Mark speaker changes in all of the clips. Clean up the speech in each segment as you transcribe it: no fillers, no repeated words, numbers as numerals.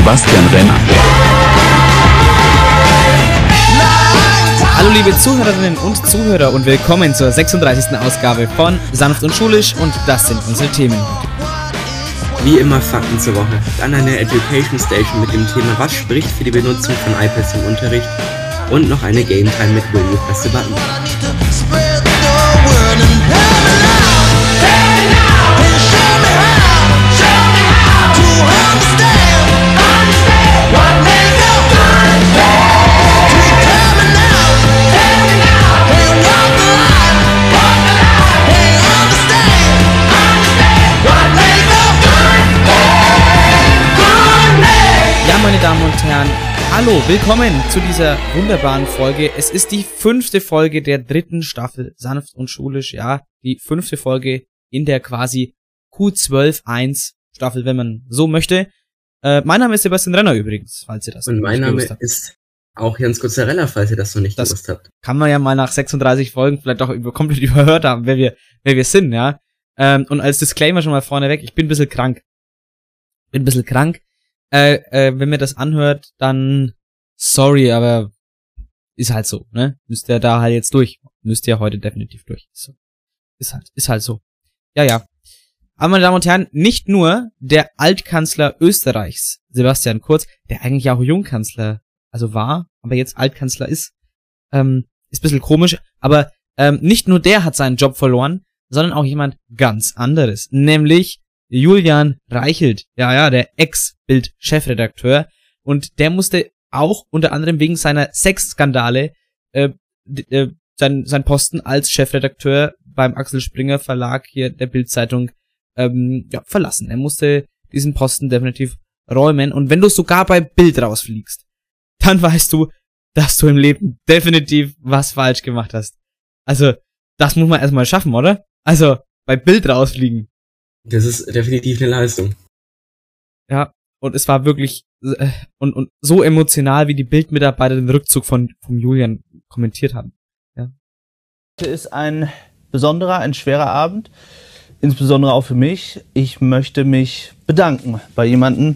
Speaker 1: Sebastian Renner.
Speaker 2: Hallo liebe Zuhörerinnen und Zuhörer und willkommen zur 36. Ausgabe von Sanft und Schulisch und das sind unsere Themen.
Speaker 3: Wie immer Fakten zur Woche, dann eine Education Station mit dem Thema Was spricht für die Benutzung von iPads im Unterricht und noch eine Game Time mit Will You Press the Button.
Speaker 2: Meine Damen und Herren, hallo, willkommen zu dieser wunderbaren Folge. Es ist die 5. Folge der 3. Staffel Sanft und Schulisch, ja, die 5. Folge in der quasi Q12-1 Staffel, wenn man so möchte. Mein Name ist Sebastian Renner übrigens, falls ihr das
Speaker 3: und mein Name ist auch Jens Guzzarella, falls ihr das noch nicht gewusst habt.
Speaker 2: Kann man ja mal nach 36 Folgen vielleicht auch komplett überhört haben, wer wir sind, ja. Und als Disclaimer schon mal vorneweg, ich bin ein bisschen krank. Wenn mir das anhört, dann sorry, aber ist halt so, ne? Müsst ihr da halt jetzt durch. Müsst ihr heute definitiv durch. So. Ist halt so. Ja. Aber meine Damen und Herren, nicht nur der Altkanzler Österreichs, Sebastian Kurz, der eigentlich auch Jungkanzler, also war, aber jetzt Altkanzler ist ein bisschen komisch, aber nicht nur der hat seinen Job verloren, sondern auch jemand ganz anderes, nämlich Julian Reichelt, ja, der Ex-Bild-Chefredakteur, und der musste auch unter anderem wegen seiner Sexskandale sein Posten als Chefredakteur beim Axel Springer Verlag hier der Bild-Zeitung verlassen. Er musste diesen Posten definitiv räumen, und wenn du sogar bei Bild rausfliegst, dann weißt du, dass du im Leben definitiv was falsch gemacht hast. Also, das muss man erstmal schaffen, oder? Also, bei Bild rausfliegen.
Speaker 3: Das ist definitiv eine Leistung.
Speaker 2: Ja, und es war wirklich und so emotional, wie die Bild-Mitarbeiter den Rückzug vom Julian kommentiert haben. Ja.
Speaker 4: Heute ist ein besonderer, ein schwerer Abend, insbesondere auch für mich. Ich möchte mich bedanken bei jemandem,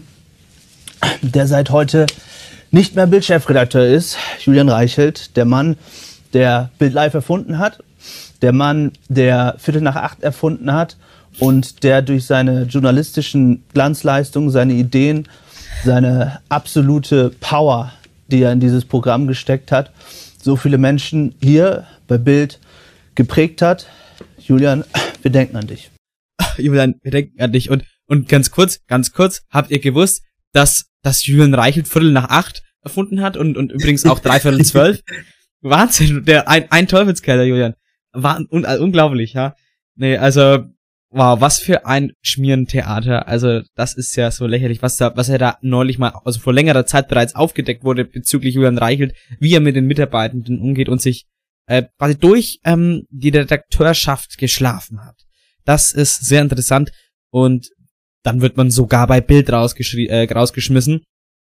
Speaker 4: der seit heute nicht mehr Bild-Chefredakteur ist, Julian Reichelt, der Mann, der Bild Live erfunden hat, der Mann, der 7:45 erfunden hat, und der durch seine journalistischen Glanzleistungen, seine Ideen, seine absolute Power, die er in dieses Programm gesteckt hat, so viele Menschen hier bei Bild geprägt hat. Julian, wir denken an dich.
Speaker 2: Julian, wir denken an dich. Und ganz kurz, habt ihr gewusst, dass Julian Reichelt 7:45 erfunden hat und übrigens auch 11:45? Wahnsinn, ein Teufelskerl, Julian. War unglaublich, ja. Nee, also wow, was für ein Schmierentheater. Also, das ist ja so lächerlich, was er da neulich mal, also vor längerer Zeit bereits aufgedeckt wurde bezüglich Julian Reichelt, wie er mit den Mitarbeitenden umgeht und sich quasi durch die Redakteurschaft geschlafen hat. Das ist sehr interessant, und dann wird man sogar bei Bild rausgeschmissen.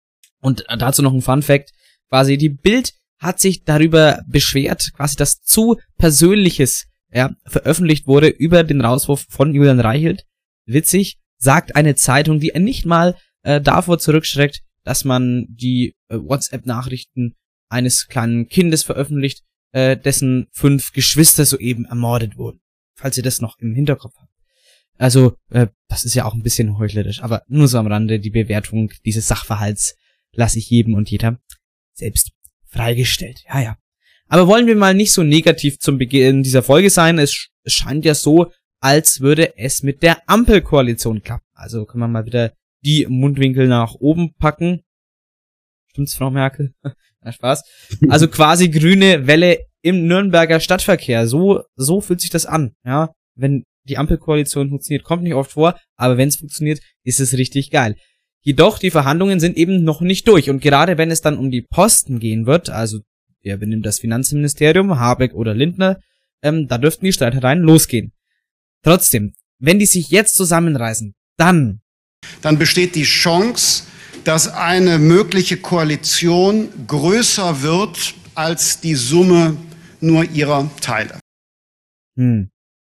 Speaker 2: Und dazu noch ein Fun Fact, quasi die Bild hat sich darüber beschwert, quasi dass zu Persönliches veröffentlicht wurde über den Rauswurf von Julian Reichelt. Witzig, sagt eine Zeitung, die nicht mal davor zurückschreckt, dass man die WhatsApp-Nachrichten eines kleinen Kindes veröffentlicht, dessen 5 Geschwister soeben ermordet wurden. Falls ihr das noch im Hinterkopf habt. Also, das ist ja auch ein bisschen heuchlerisch, aber nur so am Rande, die Bewertung dieses Sachverhalts lasse ich jedem und jeder selbst freigestellt. Ja. Aber wollen wir mal nicht so negativ zum Beginn dieser Folge sein. Es scheint ja so, als würde es mit der Ampelkoalition klappen. Also können wir mal wieder die Mundwinkel nach oben packen. Stimmt's, Frau Merkel? Na, Spaß. Also quasi grüne Welle im Nürnberger Stadtverkehr. So fühlt sich das an. Ja, wenn die Ampelkoalition funktioniert, kommt nicht oft vor, aber wenn es funktioniert, ist es richtig geil. Jedoch, die Verhandlungen sind eben noch nicht durch. Und gerade wenn es dann um die Posten gehen wird, also wer benimmt das Finanzministerium, Habeck oder Lindner, da dürften die Streitereien losgehen. Trotzdem, wenn die sich jetzt zusammenreißen, dann
Speaker 5: besteht die Chance, dass eine mögliche Koalition größer wird als die Summe nur ihrer Teile.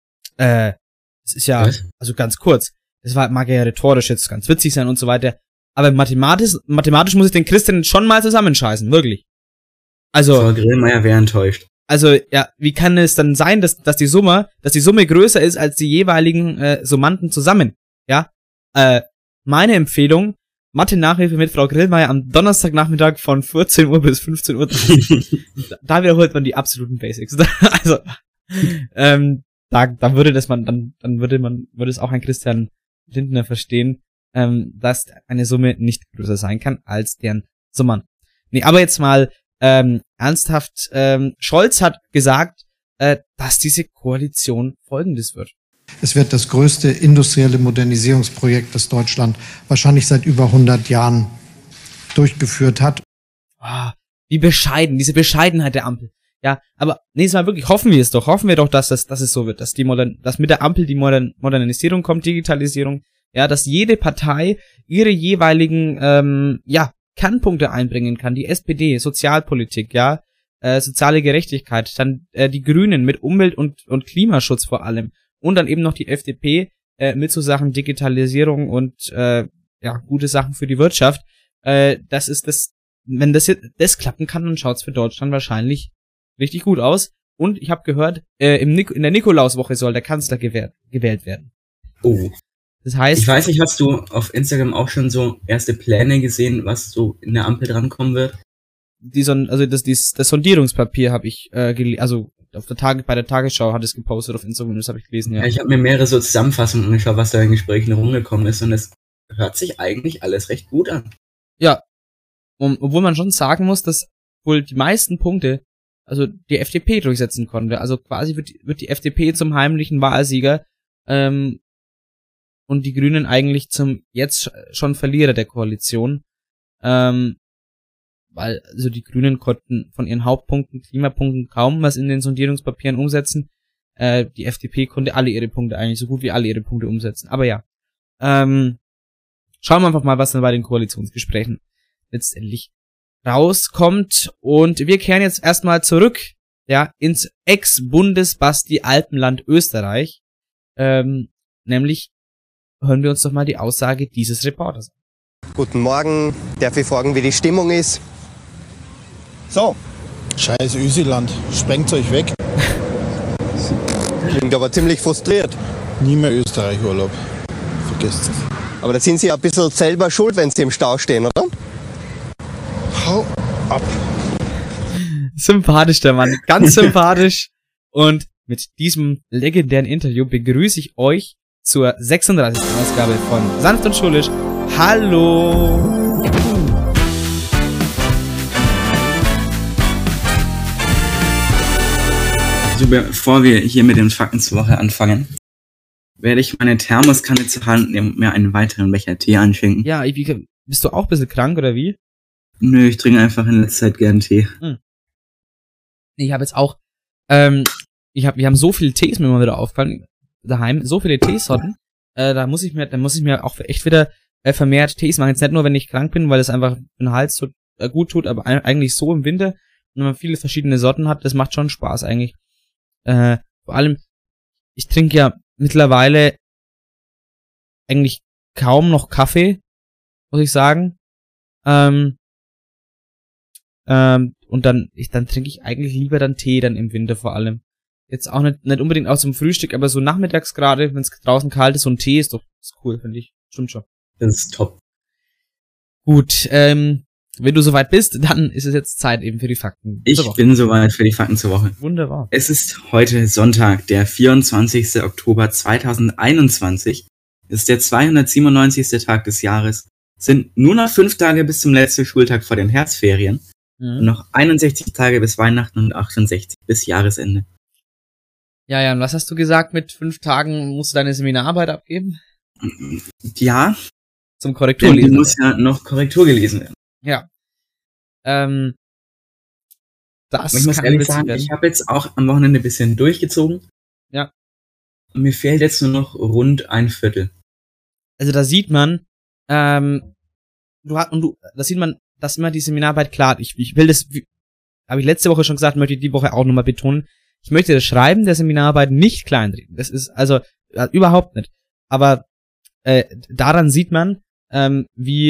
Speaker 2: Es ist ja, also ganz kurz, mag ja rhetorisch jetzt ganz witzig sein und so weiter, Aber mathematisch muss ich den Christian schon mal zusammenscheißen, wirklich. Also.
Speaker 3: Frau Grillmeier wäre enttäuscht.
Speaker 2: Also, ja, wie kann es dann sein, dass die Summe größer ist als die jeweiligen Summanden zusammen? Ja? Meine Empfehlung, Mathe-Nachhilfe mit Frau Grillmeier am Donnerstagnachmittag von 14 Uhr bis 15 Uhr. Da wiederholt man die absoluten Basics. Also, da würde würde es auch ein Christian Lindner verstehen, dass eine Summe nicht größer sein kann als deren Summen. Nee, aber jetzt mal ernsthaft, Scholz hat gesagt, dass diese Koalition Folgendes wird.
Speaker 1: Es wird das größte industrielle Modernisierungsprojekt, das Deutschland wahrscheinlich seit über 100 Jahren durchgeführt hat.
Speaker 2: Ah, wie bescheiden, diese Bescheidenheit der Ampel. Ja, aber nächstes Mal wirklich hoffen wir doch, dass es so wird, dass mit der Ampel die Modernisierung kommt, Digitalisierung, ja, dass jede Partei ihre jeweiligen, Kernpunkte einbringen kann. Die SPD, Sozialpolitik, ja, soziale Gerechtigkeit, dann die Grünen mit Umwelt und Klimaschutz vor allem. Und dann eben noch die FDP mit so Sachen Digitalisierung und gute Sachen für die Wirtschaft. Das ist das, wenn das klappen kann, dann schaut's für Deutschland wahrscheinlich richtig gut aus. Und ich habe gehört, in der Nikolauswoche soll der Kanzler gewählt werden.
Speaker 3: Oh.
Speaker 2: Das heißt,
Speaker 3: ich weiß nicht, hast du auf Instagram auch schon so erste Pläne gesehen, was so in der Ampel drankommen wird?
Speaker 2: Das Sondierungspapier habe ich also bei der Tagesschau hat es gepostet auf Instagram, das habe ich gelesen, ja.
Speaker 3: Ich habe mir mehrere so Zusammenfassungen angeschaut, was da in Gesprächen rumgekommen ist, und es hört sich eigentlich alles recht gut an.
Speaker 2: Ja, obwohl man schon sagen muss, dass wohl die meisten Punkte, also die FDP durchsetzen konnte. Also quasi wird die FDP zum heimlichen Wahlsieger und die Grünen eigentlich zum jetzt schon Verlierer der Koalition. Weil also die Grünen konnten von ihren Hauptpunkten, Klimapunkten kaum was in den Sondierungspapieren umsetzen. Die FDP konnte so gut wie alle ihre Punkte umsetzen. Aber ja, schauen wir einfach mal, was dann bei den Koalitionsgesprächen letztendlich rauskommt. Und wir kehren jetzt erstmal zurück, ja, ins Ex-Bundesbasti-Alpenland Österreich. Nämlich hören wir uns doch mal die Aussage dieses Reporters an.
Speaker 6: Guten Morgen, darf ich fragen, wie die Stimmung ist? So.
Speaker 7: Scheiß Ösiland, sprengt euch weg.
Speaker 6: Klingt aber ziemlich frustriert.
Speaker 7: Nie mehr Österreich-Urlaub. Vergesst es.
Speaker 6: Aber da sind Sie ein bisschen selber schuld, wenn Sie im Stau stehen, oder?
Speaker 7: Hau ab.
Speaker 2: Sympathisch, der Mann. Ganz sympathisch. Und mit diesem legendären Interview begrüße ich euch zur 36. Ausgabe von Sanft und Schulisch. Hallo!
Speaker 3: Also bevor wir hier mit den Fakten zur Woche anfangen, werde ich meine Thermoskanne zur Hand nehmen und mir einen weiteren Becher Tee anschenken.
Speaker 2: Ja, bist du auch ein bisschen krank, oder wie?
Speaker 3: Nö, ich trinke einfach in letzter Zeit gern Tee.
Speaker 2: Ich habe jetzt auch, wir haben so viele Tees mir mal wieder aufgefallen, daheim, so viele Teesorten, da muss ich mir auch echt wieder vermehrt Tees machen. Jetzt nicht nur, wenn ich krank bin, weil es einfach den Hals gut tut, aber eigentlich so im Winter, wenn man viele verschiedene Sorten hat, das macht schon Spaß eigentlich. Vor allem, ich trinke ja mittlerweile eigentlich kaum noch Kaffee, muss ich sagen. Und dann trinke ich eigentlich lieber dann Tee dann im Winter vor allem. Jetzt auch nicht unbedingt aus dem Frühstück, aber so nachmittags gerade, wenn es draußen kalt ist, so ein Tee ist cool, finde ich. Stimmt schon.
Speaker 3: Das ist top.
Speaker 2: Gut, wenn du soweit bist, dann ist es jetzt Zeit eben für die Fakten.
Speaker 3: Ich bin soweit für die Fakten zur Woche.
Speaker 2: Wunderbar.
Speaker 3: Es ist heute Sonntag, der 24. Oktober 2021. Ist der 297. Tag des Jahres. Sind nur noch 5 Tage bis zum letzten Schultag vor den Herbstferien. Und noch 61 Tage bis Weihnachten und 68 bis Jahresende.
Speaker 2: Ja, und was hast du gesagt, mit 5 Tagen musst du deine Seminararbeit abgeben?
Speaker 3: Ja.
Speaker 2: Zum Korrekturlesen.
Speaker 3: Die muss ja noch Korrektur gelesen werden.
Speaker 2: Ja. Das
Speaker 3: ich muss ehrlich sagen, ich habe jetzt auch am Wochenende ein bisschen durchgezogen.
Speaker 2: Ja.
Speaker 3: Und mir fehlt jetzt nur noch rund ein Viertel.
Speaker 2: Also da sieht man, da sieht man, dass immer die Seminararbeit klar, ich will das, habe ich letzte Woche schon gesagt, möchte ich die Woche auch nochmal betonen, ich möchte das Schreiben der Seminararbeit nicht kleinreden. Das ist also überhaupt nicht. Aber daran sieht man, wie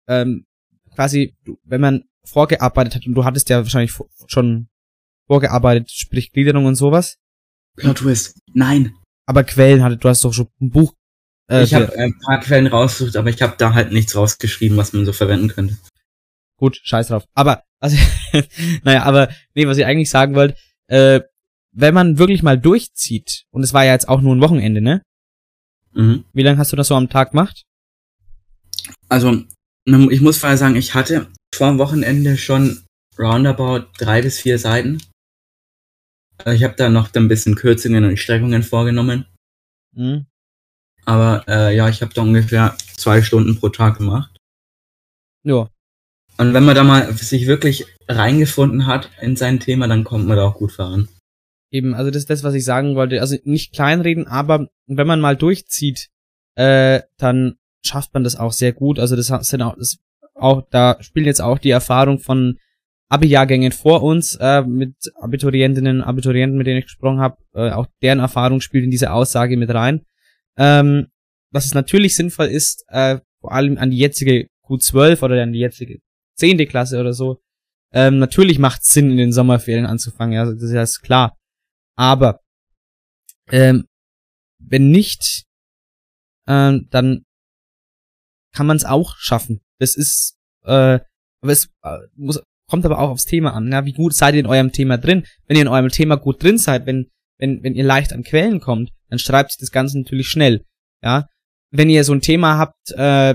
Speaker 2: quasi, wenn man vorgearbeitet hat, und du hattest ja wahrscheinlich schon vorgearbeitet, sprich Gliederung und sowas.
Speaker 3: Plot Twist. Nein.
Speaker 2: Aber Quellen du hast doch schon ein Buch.
Speaker 3: Ich habe ein paar Quellen rausgesucht, aber ich habe da halt nichts rausgeschrieben, was man so verwenden könnte.
Speaker 2: Gut, scheiß drauf. Aber, also, was ich eigentlich sagen wollte, wenn man wirklich mal durchzieht, und es war ja jetzt auch nur ein Wochenende, ne?
Speaker 3: Mhm.
Speaker 2: Wie lange hast du das so am Tag gemacht?
Speaker 3: Also, ich muss vorher sagen, ich hatte vor dem Wochenende schon roundabout 3 bis 4 Seiten. Also ich habe da noch ein bisschen Kürzungen und Streckungen vorgenommen.
Speaker 2: Mhm.
Speaker 3: Aber ja, ich habe da ungefähr 2 Stunden pro Tag gemacht.
Speaker 2: Ja.
Speaker 3: Und wenn man da mal sich wirklich reingefunden hat in sein Thema, dann kommt man da auch gut voran.
Speaker 2: Eben, also das ist das, was ich sagen wollte. Also nicht kleinreden, aber wenn man mal durchzieht, dann schafft man das auch sehr gut. Also das sind auch, da spielen jetzt auch die Erfahrung von Abi-Jahrgängen vor uns, mit Abiturientinnen und Abiturienten, mit denen ich gesprochen habe, auch deren Erfahrung spielt in diese Aussage mit rein. Was es natürlich sinnvoll ist, vor allem an die jetzige Q12 oder an die jetzige 10. Klasse oder so, natürlich macht es Sinn, in den Sommerferien anzufangen, ja, das ist ja klar. Aber wenn nicht, dann kann man es auch schaffen. Das ist, aber es kommt aber auch aufs Thema an. Ja? Wie gut seid ihr in eurem Thema drin? Wenn ihr in eurem Thema gut drin seid, wenn ihr leicht an Quellen kommt, dann schreibt sich das Ganze natürlich schnell. Ja, wenn ihr so ein Thema habt,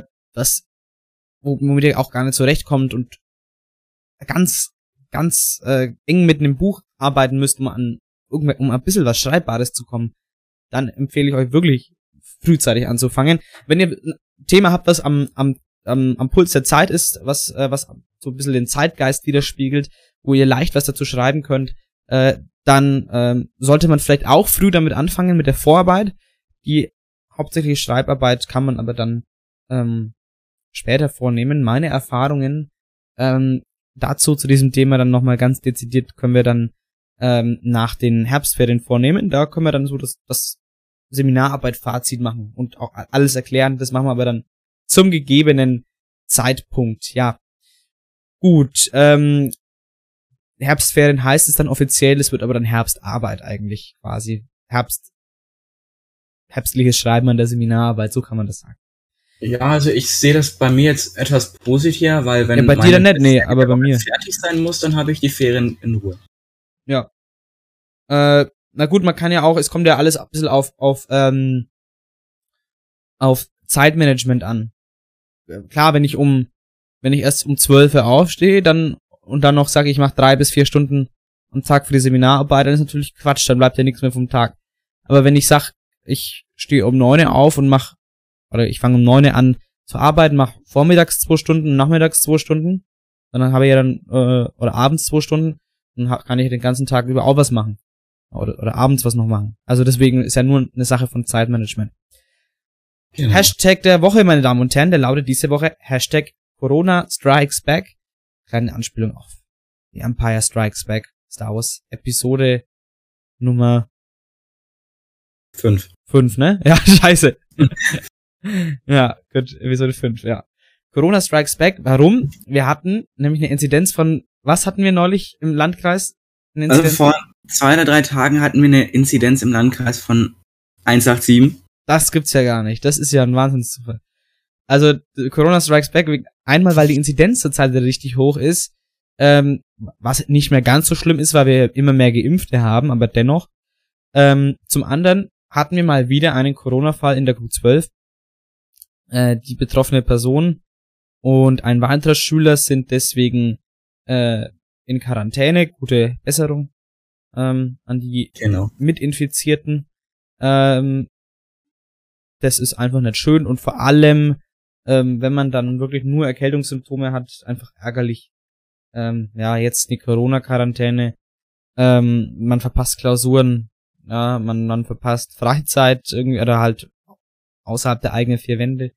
Speaker 2: womit ihr auch gar nicht zurechtkommt und ganz eng mit einem Buch arbeiten müsst, um ein bisschen was Schreibbares zu kommen, dann empfehle ich euch wirklich frühzeitig anzufangen. Wenn ihr ein Thema habt, was am Puls der Zeit ist, was so ein bisschen den Zeitgeist widerspiegelt, wo ihr leicht was dazu schreiben könnt, dann sollte man vielleicht auch früh damit anfangen mit der Vorarbeit. Die hauptsächliche Schreibarbeit kann man aber dann später vornehmen. Meine Erfahrungen dazu zu diesem Thema dann nochmal ganz dezidiert können wir dann nach den Herbstferien vornehmen. Da können wir dann so das Seminararbeit-Fazit machen und auch alles erklären. Das machen wir aber dann zum gegebenen Zeitpunkt. Ja, gut. Herbstferien heißt es dann offiziell, es wird aber dann Herbstarbeit eigentlich quasi. Herbstliches Schreiben an der Seminararbeit, so kann man das sagen.
Speaker 3: Ja, also ich sehe das bei mir jetzt etwas positiver, weil wenn
Speaker 2: ja, bei dir dann nicht, nee, aber bei mir
Speaker 3: fertig sein muss, dann habe ich die Ferien in Ruhe.
Speaker 2: Ja. Na gut, man kann ja auch, es kommt ja alles ein bisschen auf Zeitmanagement an. Klar, wenn ich erst um 12 Uhr aufstehe, und dann noch sage, ich mache 3 bis 4 Stunden am Tag für die Seminararbeit, dann ist natürlich Quatsch, dann bleibt ja nichts mehr vom Tag. Aber wenn ich sage, ich stehe um 9 Uhr auf und ich fange um 9 Uhr an zu arbeiten, mache vormittags 2 Stunden, nachmittags 2 Stunden, dann habe ich ja dann, oder abends 2 Stunden, dann kann ich den ganzen Tag über auch was machen. Oder abends was noch machen. Also deswegen ist ja nur eine Sache von Zeitmanagement. Genau. Hashtag der Woche, meine Damen und Herren, der lautet diese Woche Hashtag Corona Strikes Back. Kleine Anspielung auf The Empire Strikes Back, Star Wars Episode Nummer
Speaker 3: 5,
Speaker 2: ne? Ja, scheiße. Ja, gut, Episode 5, ja. Corona Strikes Back, warum? Wir hatten nämlich eine Inzidenz von, was hatten wir neulich im Landkreis?
Speaker 3: Also vor 2 oder 3 Tagen hatten wir eine Inzidenz im Landkreis von 187.
Speaker 2: Das gibt's ja gar nicht. Das ist ja ein Wahnsinnszufall. Also Corona Strikes Back, einmal weil die Inzidenz zurzeit richtig hoch ist, was nicht mehr ganz so schlimm ist, weil wir immer mehr Geimpfte haben, aber dennoch. Zum anderen hatten wir mal wieder einen Corona-Fall in der Q12. Die betroffene Person und ein weiterer Schüler sind deswegen in Quarantäne. Gute Besserung an die Mitinfizierten. Das ist einfach nicht schön und vor allem, wenn man dann wirklich nur Erkältungssymptome hat, einfach ärgerlich. Ja, jetzt die Corona-Quarantäne. Man verpasst Klausuren, ja, man verpasst Freizeit irgendwie oder halt außerhalb der eigenen 4 Wände.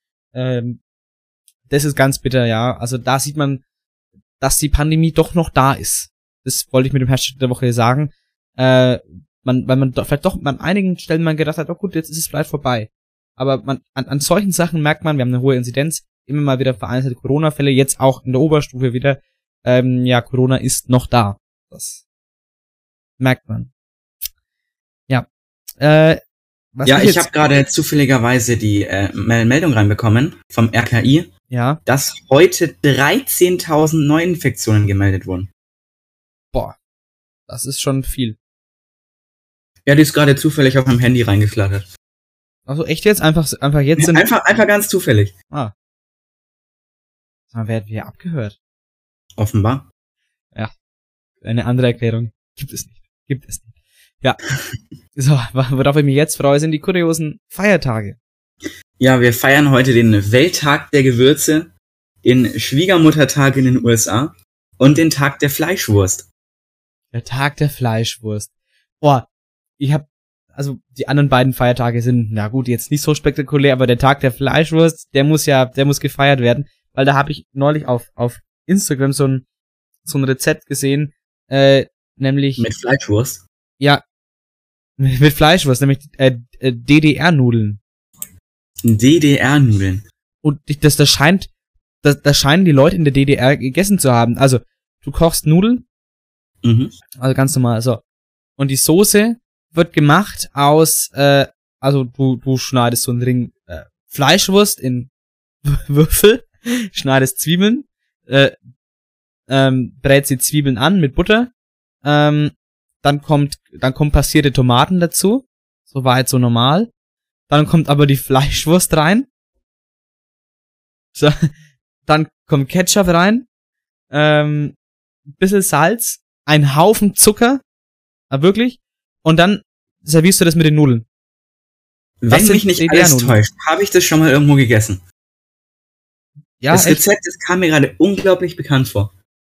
Speaker 2: Das ist ganz bitter, ja. Also da sieht man, dass die Pandemie doch noch da ist. Das wollte ich mit dem Hashtag der Woche sagen. Weil man vielleicht doch an einigen Stellen man gedacht hat, oh gut, jetzt ist es vielleicht vorbei. Aber an solchen Sachen merkt man, wir haben eine hohe Inzidenz, immer mal wieder vereinzelte Corona-Fälle, jetzt auch in der Oberstufe wieder. Ja, Corona ist noch da. Das merkt man. Ja.
Speaker 3: Ich habe gerade zufälligerweise die Meldung reinbekommen vom RKI,
Speaker 2: Ja.
Speaker 3: dass heute 13.000 Neuinfektionen gemeldet wurden.
Speaker 2: Boah. Das ist schon viel.
Speaker 3: Ja, die ist gerade zufällig auf meinem Handy reingeflattert.
Speaker 2: Also echt jetzt? Einfach jetzt sind...
Speaker 3: Einfach ganz zufällig.
Speaker 2: Ah. Dann werden wir abgehört.
Speaker 3: Offenbar.
Speaker 2: Ja. Eine andere Erklärung gibt es nicht. Ja. So, worauf ich mich jetzt freue, sind die kuriosen Feiertage.
Speaker 3: Ja, wir feiern heute den Welttag der Gewürze, den Schwiegermuttertag in den USA und den Tag der Fleischwurst.
Speaker 2: Der Tag der Fleischwurst. Boah, also die anderen beiden Feiertage sind, na gut, jetzt nicht so spektakulär, aber der Tag der Fleischwurst, der muss gefeiert werden, weil da habe ich neulich auf Instagram so ein Rezept gesehen, nämlich...
Speaker 3: Mit Fleischwurst?
Speaker 2: Ja, mit Fleischwurst, nämlich DDR-Nudeln.
Speaker 3: DDR-Nudeln.
Speaker 2: Und das scheinen die Leute in der DDR gegessen zu haben. Also, du kochst Nudeln, also ganz normal, so. Und die Soße wird gemacht aus, also du schneidest so einen Ring Fleischwurst in Würfel, schneidest Zwiebeln, brätst die Zwiebeln an mit Butter, dann kommt passierte Tomaten dazu, so weit so normal. Dann kommt aber die Fleischwurst rein. So, dann kommt Ketchup rein, bisschen Salz, ein Haufen Zucker, wirklich, und dann servierst du das mit den Nudeln.
Speaker 3: Wenn mich nicht alles täuscht, habe ich das schon mal irgendwo gegessen.
Speaker 2: Ja,
Speaker 3: das
Speaker 2: echt?
Speaker 3: Rezept, das kam mir gerade unglaublich bekannt vor.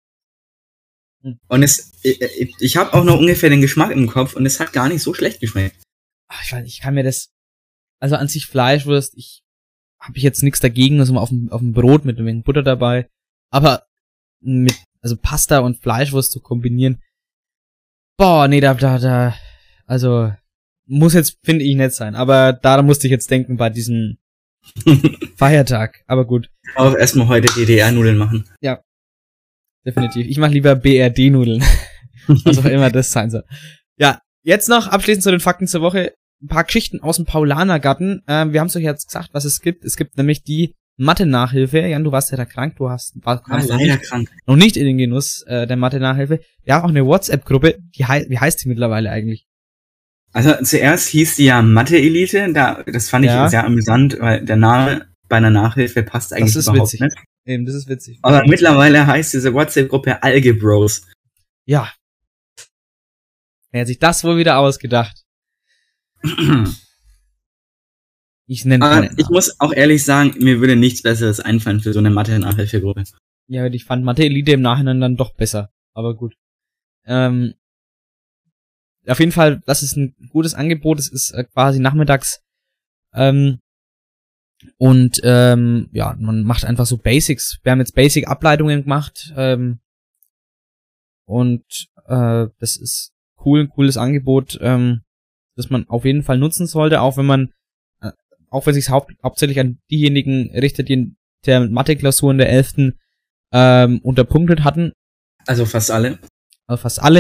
Speaker 3: Und ich habe auch noch ungefähr den Geschmack im Kopf und es hat gar nicht so schlecht geschmeckt.
Speaker 2: Ach, ich kann mir das, also an sich Fleischwurst, habe ich jetzt nichts dagegen, also mal auf dem Brot mit ein wenig Butter dabei, aber also Pasta und Fleischwurst zu kombinieren, boah, nee, also muss jetzt, finde ich, nett sein, aber daran musste ich jetzt denken bei diesem Feiertag, aber gut.
Speaker 3: Auch erstmal heute DDR-Nudeln machen.
Speaker 2: Ja, definitiv. Ich mache lieber BRD-Nudeln, was auch immer das sein soll. Ja, jetzt noch abschließend zu den Fakten zur Woche. Ein paar Geschichten aus dem Paulanergarten. Wir haben es euch jetzt gesagt, was es gibt. Es gibt nämlich die Mathe-Nachhilfe. Jan, du warst ja da krank. Kamst
Speaker 3: leider krank.
Speaker 2: Noch nicht in den Genuss der Mathe-Nachhilfe. Wir haben auch eine WhatsApp-Gruppe. Wie heißt die mittlerweile eigentlich?
Speaker 3: Also zuerst hieß die ja Mathe-Elite. Das fand ich sehr amüsant, weil der Name bei einer Nachhilfe passt eigentlich überhaupt nicht.
Speaker 2: Eben, das ist witzig.
Speaker 3: Aber mittlerweile heißt diese WhatsApp-Gruppe Algebros.
Speaker 2: Ja. Wer hat sich das wohl wieder ausgedacht? Ich
Speaker 3: muss auch ehrlich sagen, mir würde nichts Besseres einfallen für so eine Mathe-Nachhilfegruppe.
Speaker 2: Ja, ich fand Mathe-Elite im Nachhinein dann doch besser. Aber gut. Auf jeden Fall, das ist ein gutes Angebot. Es ist quasi nachmittags. Ja, man macht einfach so Basics. Wir haben jetzt Basic-Ableitungen gemacht. Das ist cool, ein cooles Angebot, das man auf jeden Fall nutzen sollte, auch wenn sich hauptsächlich an diejenigen richtet, die in der Mathe-Klausur in der 11. Unterpunktet hatten.
Speaker 3: Also fast alle.
Speaker 2: Also fast alle.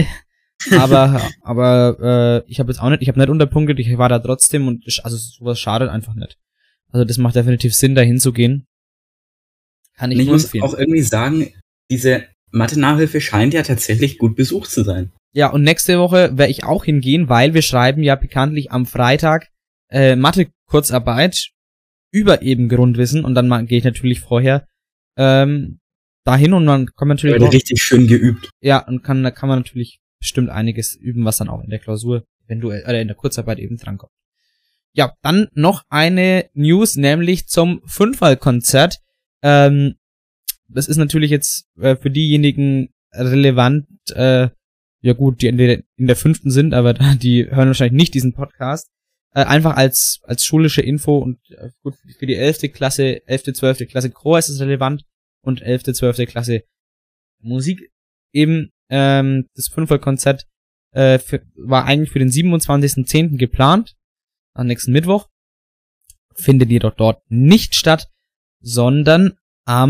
Speaker 2: aber ich habe nicht unterpunktet, ich war da trotzdem und also sowas schadet einfach nicht. Also das macht definitiv Sinn, da hinzugehen. Kann ich nur empfehlen.
Speaker 3: Ich muss auch irgendwie sagen, diese Mathe-Nachhilfe scheint ja tatsächlich gut besucht zu sein.
Speaker 2: Ja, und nächste Woche werde ich auch hingehen, weil wir schreiben ja bekanntlich am Freitag Mathe-Kurzarbeit über eben Grundwissen und dann gehe ich natürlich vorher dahin und man kann natürlich
Speaker 3: auch richtig schön geübt.
Speaker 2: Ja, und da kann man natürlich bestimmt einiges üben, was dann auch in der Klausur eventuell oder in der Kurzarbeit eben drankommt. Ja, dann noch eine News, nämlich zum Fünferl-Konzert. Das ist natürlich jetzt für diejenigen relevant, ja gut, die in der 5. sind, aber die hören wahrscheinlich nicht diesen Podcast. Einfach als schulische Info und gut für die 11. Klasse, 11., 12. Klasse Chor ist es relevant und 11., 12. Klasse Musik eben. Das Fünferl-Konzert war eigentlich für den 27.10. geplant, am nächsten Mittwoch. Findet jedoch dort nicht statt. sondern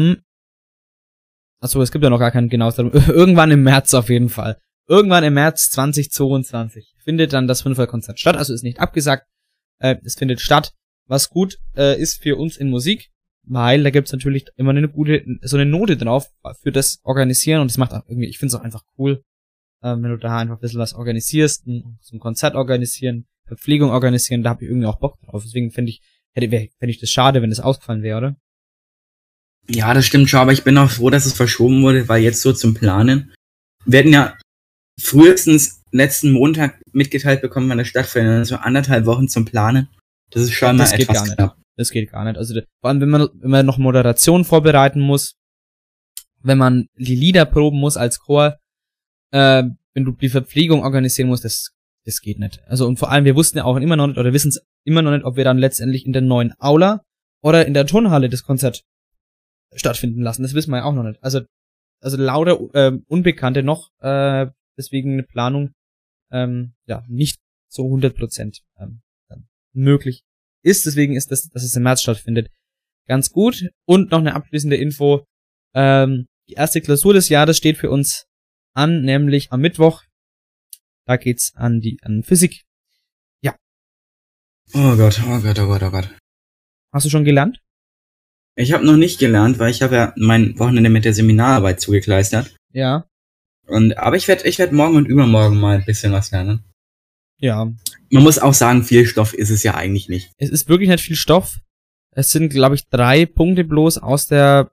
Speaker 2: achso, es gibt ja noch gar kein genaues Datum. Irgendwann im März auf jeden Fall. Irgendwann im März 2022 findet dann das Fünferkonzert statt. Also ist nicht abgesagt. Es findet statt. Was gut ist für uns in Musik, weil da gibt's natürlich immer eine gute, so eine Note drauf für das Organisieren. Und das macht auch irgendwie, ich finde es auch einfach cool, wenn du da einfach ein bisschen was organisierst, so ein Konzert organisieren, Verpflegung organisieren, da habe ich irgendwie auch Bock drauf. Deswegen fände ich das schade, wenn das ausgefallen wäre, oder?
Speaker 3: Ja, das stimmt schon, aber ich bin auch froh, dass es verschoben wurde, weil jetzt so zum Planen. Wir hätten ja frühestens letzten Montag mitgeteilt bekommen, wann das stattfindet. Also 1,5 Wochen zum Planen. Das ist schon mal etwas knapp.
Speaker 2: Das geht gar nicht. Also vor allem, wenn man noch Moderation vorbereiten muss, wenn man die Lieder proben muss als Chor, wenn du die Verpflegung organisieren musst, das geht nicht. Also und vor allem, wir wussten ja auch immer noch nicht, oder wissen es immer noch nicht, ob wir dann letztendlich in der neuen Aula oder in der Turnhalle das Konzert stattfinden lassen. Das wissen wir ja auch noch nicht. Also lauter Unbekannte noch, deswegen eine Planung nicht so 100% möglich ist. Deswegen ist das, dass es im März stattfindet, ganz gut. Und noch eine abschließende Info. Die erste Klausur des Jahres steht für uns an, nämlich am Mittwoch. Da geht's an Physik. Ja.
Speaker 3: Oh Gott, oh Gott, oh Gott, oh Gott.
Speaker 2: Hast du schon gelernt?
Speaker 3: Ich habe noch nicht gelernt, weil ich habe ja mein Wochenende mit der Seminararbeit zugekleistert.
Speaker 2: Ja.
Speaker 3: Aber ich werd morgen und übermorgen mal ein bisschen was lernen.
Speaker 2: Ja.
Speaker 3: Man muss auch sagen, viel Stoff ist es ja eigentlich nicht.
Speaker 2: Es ist wirklich nicht viel Stoff. Es sind, glaube ich, 3 Punkte bloß aus der,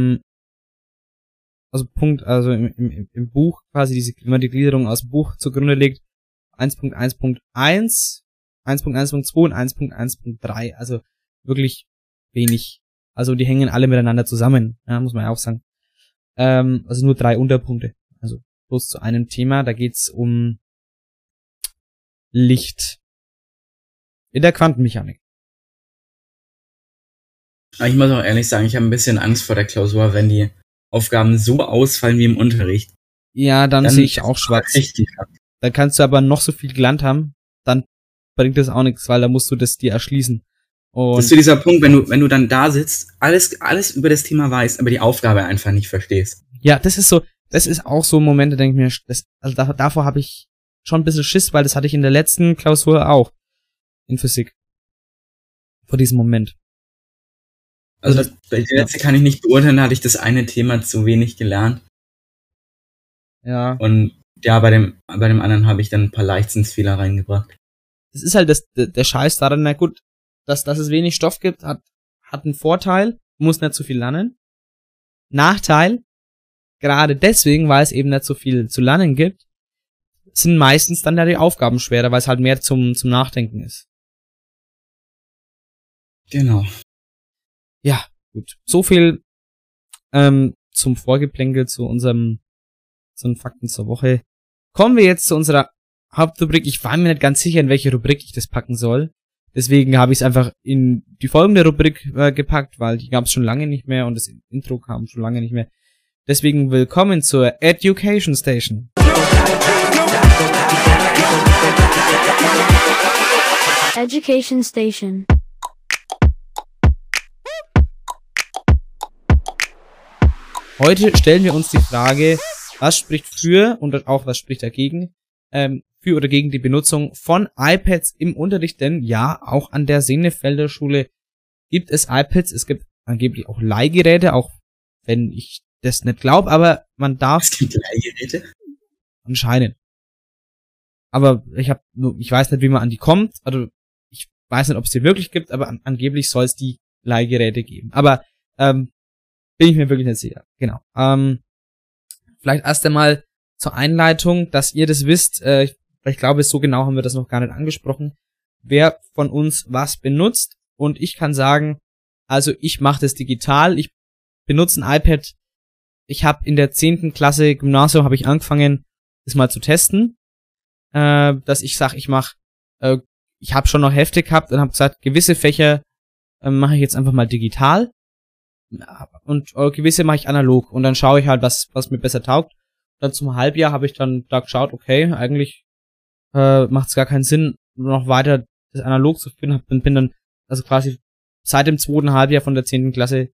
Speaker 2: im Buch quasi, wenn man die Gliederung aus dem Buch zugrunde legt, 1.1.1, 1.1.2 und 1.1.3. Also wirklich wenig. Also die hängen alle miteinander zusammen, ja, muss man ja auch sagen. Also nur 3 Unterpunkte. Also bloß zu einem Thema, da geht's um Licht in der Quantenmechanik.
Speaker 3: Aber ich muss auch ehrlich sagen, ich habe ein bisschen Angst vor der Klausur, wenn die Aufgaben so ausfallen wie im Unterricht.
Speaker 2: Ja, dann sehe ich auch schwarz. Dann kannst du aber noch so viel gelernt haben, dann bringt das auch nichts, weil da musst du das dir erschließen. Und
Speaker 3: das ist so dieser Punkt, wenn du dann da sitzt, alles über das Thema weißt, aber die Aufgabe einfach nicht verstehst.
Speaker 2: Ja, das ist auch so ein Moment, da denke ich mir, davor habe ich schon ein bisschen Schiss, weil das hatte ich in der letzten Klausur auch. In Physik. Vor diesem Moment.
Speaker 3: Also bei der letzte kann ich nicht beurteilen, da hatte ich das eine Thema zu wenig gelernt.
Speaker 2: Ja.
Speaker 3: Und ja, bei dem anderen habe ich dann ein paar Leichtsinnsfehler reingebracht.
Speaker 2: Das ist halt der Scheiß daran, na gut, dass es wenig Stoff gibt, hat einen Vorteil, muss nicht zu viel lernen. Nachteil, gerade deswegen, weil es eben nicht so viel zu lernen gibt, sind meistens dann ja die Aufgaben schwerer, weil es halt mehr zum Nachdenken ist.
Speaker 3: Genau.
Speaker 2: Ja, gut. So viel zum Vorgeplänkel, zu unseren Fakten zur Woche. Kommen wir jetzt zu unserer Hauptrubrik. Ich war mir nicht ganz sicher, in welche Rubrik ich das packen soll. Deswegen habe ich es einfach in die folgende Rubrik gepackt, weil die gab es schon lange nicht mehr und das Intro kam schon lange nicht mehr. Deswegen willkommen zur Education Station.
Speaker 8: Education Station.
Speaker 2: Heute stellen wir uns die Frage, was spricht für und auch was spricht dagegen, für oder gegen die Benutzung von iPads im Unterricht, denn ja, auch an der Senefelder Schule gibt es iPads, es gibt angeblich auch Leihgeräte, auch wenn ich das nicht glaube, aber man darf...
Speaker 3: Es gibt Leihgeräte?
Speaker 2: Anscheinend. Aber ich weiß nicht, wie man an die kommt, also ich weiß nicht, ob es die wirklich gibt, aber angeblich soll es die Leihgeräte geben. Aber bin ich mir wirklich nicht sicher. Genau. Vielleicht erst einmal zur Einleitung, dass ihr das wisst. Ich glaube, so genau haben wir das noch gar nicht angesprochen. Wer von uns was benutzt. Und ich kann sagen, also ich mache das digital. Ich benutze ein iPad. Ich habe in der 10. Klasse Gymnasium habe ich angefangen, das mal zu testen. Dass ich sage, ich habe schon noch Hefte gehabt und habe gesagt, gewisse Fächer mache ich jetzt einfach mal digital. Und gewisse mache ich analog und dann schaue ich halt, was mir besser taugt. Dann zum Halbjahr habe ich dann da geschaut, okay, eigentlich macht es gar keinen Sinn, noch weiter das analog zu führen. Bin dann also quasi seit dem 2. Halbjahr von der 10. Klasse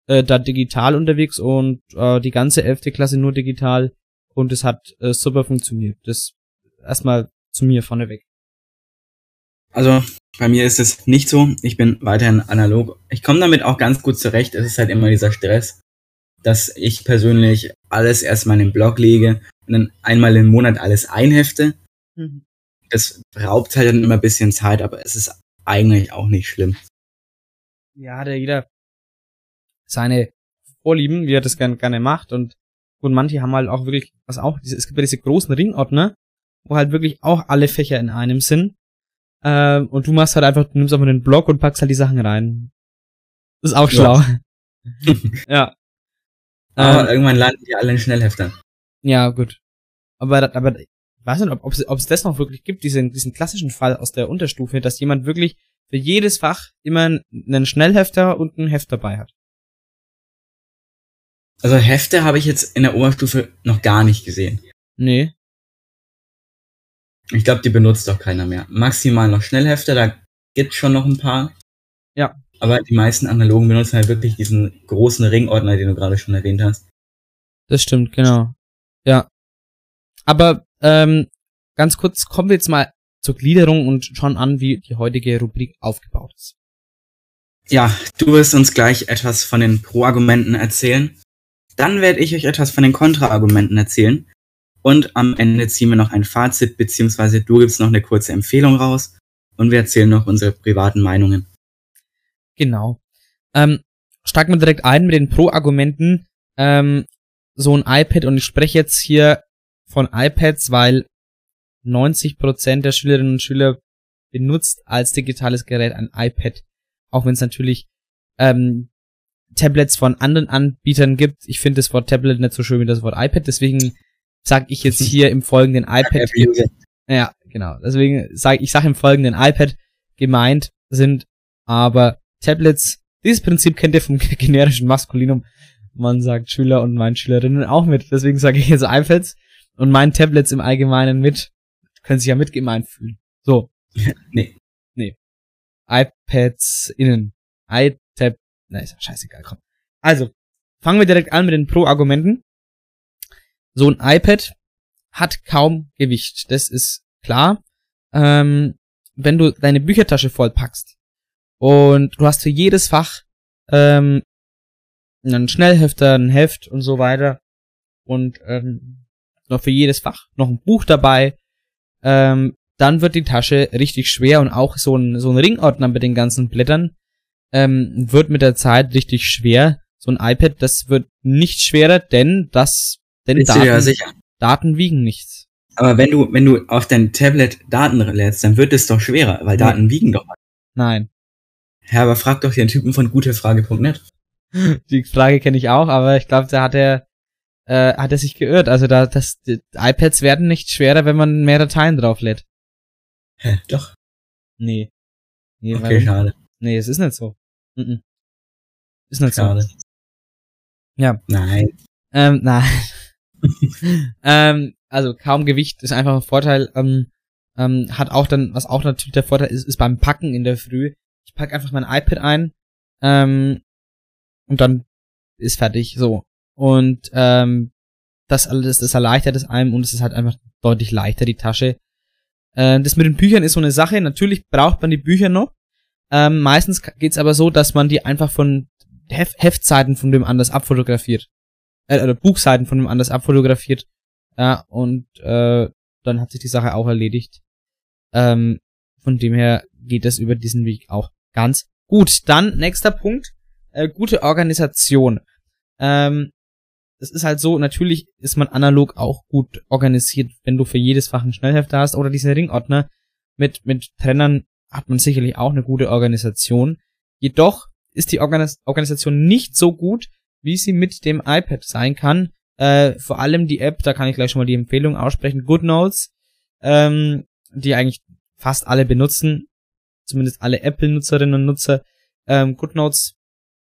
Speaker 2: da digital unterwegs und die ganze 11. Klasse nur digital und es hat super funktioniert. Das erstmal zu mir vorneweg.
Speaker 3: Also bei mir ist es nicht so. Ich bin weiterhin analog. Ich komme damit auch ganz gut zurecht. Es ist halt immer dieser Stress, dass ich persönlich alles erstmal in den Blog lege und dann einmal im Monat alles einhefte.
Speaker 2: Mhm.
Speaker 3: Das raubt halt dann immer ein bisschen Zeit, aber es ist eigentlich auch nicht schlimm.
Speaker 2: Ja, hat ja jeder seine Vorlieben, wie er das gerne macht und manche haben halt auch wirklich, es gibt ja diese großen Ringordner, wo halt wirklich auch alle Fächer in einem sind. Und du nimmst einfach den Blog und packst halt die Sachen rein. Das ist auch schlau. Ja.
Speaker 3: Aber irgendwann landen die alle in Schnellheftern.
Speaker 2: Ja, gut. Aber ich weiß nicht, ob es das noch wirklich gibt, diesen klassischen Fall aus der Unterstufe, dass jemand wirklich für jedes Fach immer einen Schnellhefter und ein Heft dabei hat.
Speaker 3: Also Hefte habe ich jetzt in der Oberstufe noch gar nicht gesehen.
Speaker 2: Nee.
Speaker 3: Ich glaube, die benutzt doch keiner mehr. Maximal noch Schnellhefte, da gibt's schon noch ein paar.
Speaker 2: Ja.
Speaker 3: Aber die meisten Analogen benutzen halt wirklich diesen großen Ringordner, den du gerade schon erwähnt hast.
Speaker 2: Das stimmt, genau. Ja. Aber ganz kurz kommen wir jetzt mal zur Gliederung und schauen an, wie die heutige Rubrik aufgebaut ist.
Speaker 3: Ja, du wirst uns gleich etwas von den Pro-Argumenten erzählen. Dann werde ich euch etwas von den Kontra-Argumenten erzählen. Und am Ende ziehen wir noch ein Fazit, beziehungsweise du gibst noch eine kurze Empfehlung raus. Und wir erzählen noch unsere privaten Meinungen.
Speaker 2: Genau. Steigen wir direkt ein mit den Pro-Argumenten. So ein iPad, und ich spreche jetzt hier von iPads, weil 90% der Schülerinnen und Schüler benutzt als digitales Gerät ein iPad. Auch wenn es natürlich Tablets von anderen Anbietern gibt. Ich finde das Wort Tablet nicht so schön wie das Wort iPad, deswegen sage ich jetzt hier im Folgenden iPad. Ja, genau. Deswegen sage ich im Folgenden iPad. Gemeint sind aber Tablets. Dieses Prinzip kennt ihr vom generischen Maskulinum. Man sagt Schüler und meinen Schülerinnen auch mit. Deswegen sage ich jetzt iPads und meinen Tablets im Allgemeinen mit. Können sich ja mit gemeint fühlen. So.
Speaker 3: Nee.
Speaker 2: iPads innen. iTab. Na, ist ja scheißegal, komm. Also, fangen wir direkt an mit den Pro-Argumenten. So ein iPad hat kaum Gewicht. Das ist klar. Wenn du deine Büchertasche vollpackst und du hast für jedes Fach einen Schnellhefter, ein Heft und so weiter und noch für jedes Fach noch ein Buch dabei, dann wird die Tasche richtig schwer und auch so ein Ringordner mit den ganzen Blättern wird mit der Zeit richtig schwer. So ein iPad, das wird nicht schwerer, denn Daten wiegen nichts.
Speaker 3: Aber wenn du auf dein Tablet Daten lädst, dann wird es doch schwerer, weil Daten wiegen doch.
Speaker 2: Nein.
Speaker 3: Ja, aber frag doch den Typen von gutefrage.net.
Speaker 2: Die Frage kenne ich auch, aber ich glaube, da hat er sich geirrt. Also die iPads werden nicht schwerer, wenn man mehr Dateien drauf lädt.
Speaker 3: Hä, doch.
Speaker 2: Nee,
Speaker 3: Okay, schade.
Speaker 2: Nee, es ist nicht so. Ist nicht
Speaker 3: Schade.
Speaker 2: so. Ja.
Speaker 3: Nein.
Speaker 2: Nein. Also kaum Gewicht ist einfach ein Vorteil. Hat auch dann, was auch natürlich der Vorteil ist beim Packen in der Früh. Ich packe einfach mein iPad ein und dann ist fertig. So. Und das alles, das erleichtert es einem und es ist halt einfach deutlich leichter, die Tasche. Das mit den Büchern ist so eine Sache. Natürlich braucht man die Bücher noch. Meistens geht's aber so, dass man die einfach von Heftseiten von dem anders abfotografiert. Oder Buchseiten von dem anders abfotografiert. Ja, und dann hat sich die Sache auch erledigt. Von dem her geht das über diesen Weg auch ganz gut. Dann, nächster Punkt, gute Organisation. Es ist halt so, natürlich ist man analog auch gut organisiert, wenn du für jedes Fach einen Schnellhefter hast oder diese Ringordner mit Trennern hat man sicherlich auch eine gute Organisation. Jedoch ist die Organisation nicht so gut, wie sie mit dem iPad sein kann. Vor allem die App, da kann ich gleich schon mal die Empfehlung aussprechen, GoodNotes, die eigentlich fast alle benutzen, zumindest alle Apple-Nutzerinnen und Nutzer, GoodNotes,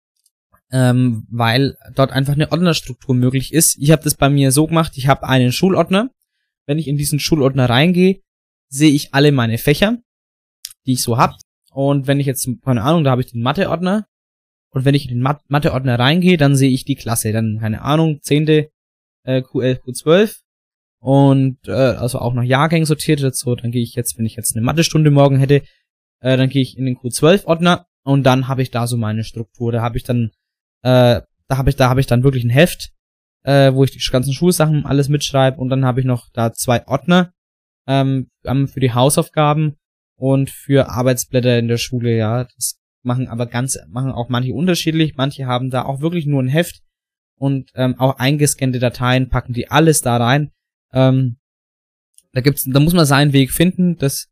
Speaker 2: weil dort einfach eine Ordnerstruktur möglich ist. Ich habe das bei mir so gemacht, ich habe einen Schulordner. Wenn ich in diesen Schulordner reingehe, sehe ich alle meine Fächer, die ich so hab. Und wenn ich jetzt, keine Ahnung, da habe ich den Mathe-Ordner, Und wenn ich in den Mathe-Ordner reingehe, dann sehe ich die Klasse. Dann, keine Ahnung, 10. Q11, Q12. Und also auch nach Jahrgängen sortiert dazu. Dann gehe ich jetzt, wenn ich jetzt eine Mathestunde morgen hätte, dann gehe ich in den Q12-Ordner und dann habe ich da so meine Struktur. Da habe ich dann da habe ich dann wirklich ein Heft, wo ich die ganzen Schulsachen alles mitschreibe, und dann habe ich noch da 2 Ordner für die Hausaufgaben und für Arbeitsblätter in der Schule. Ja, das machen auch manche unterschiedlich. Manche haben da auch wirklich nur ein Heft und auch eingescannte Dateien, packen die alles da rein. Da muss man seinen Weg finden. Das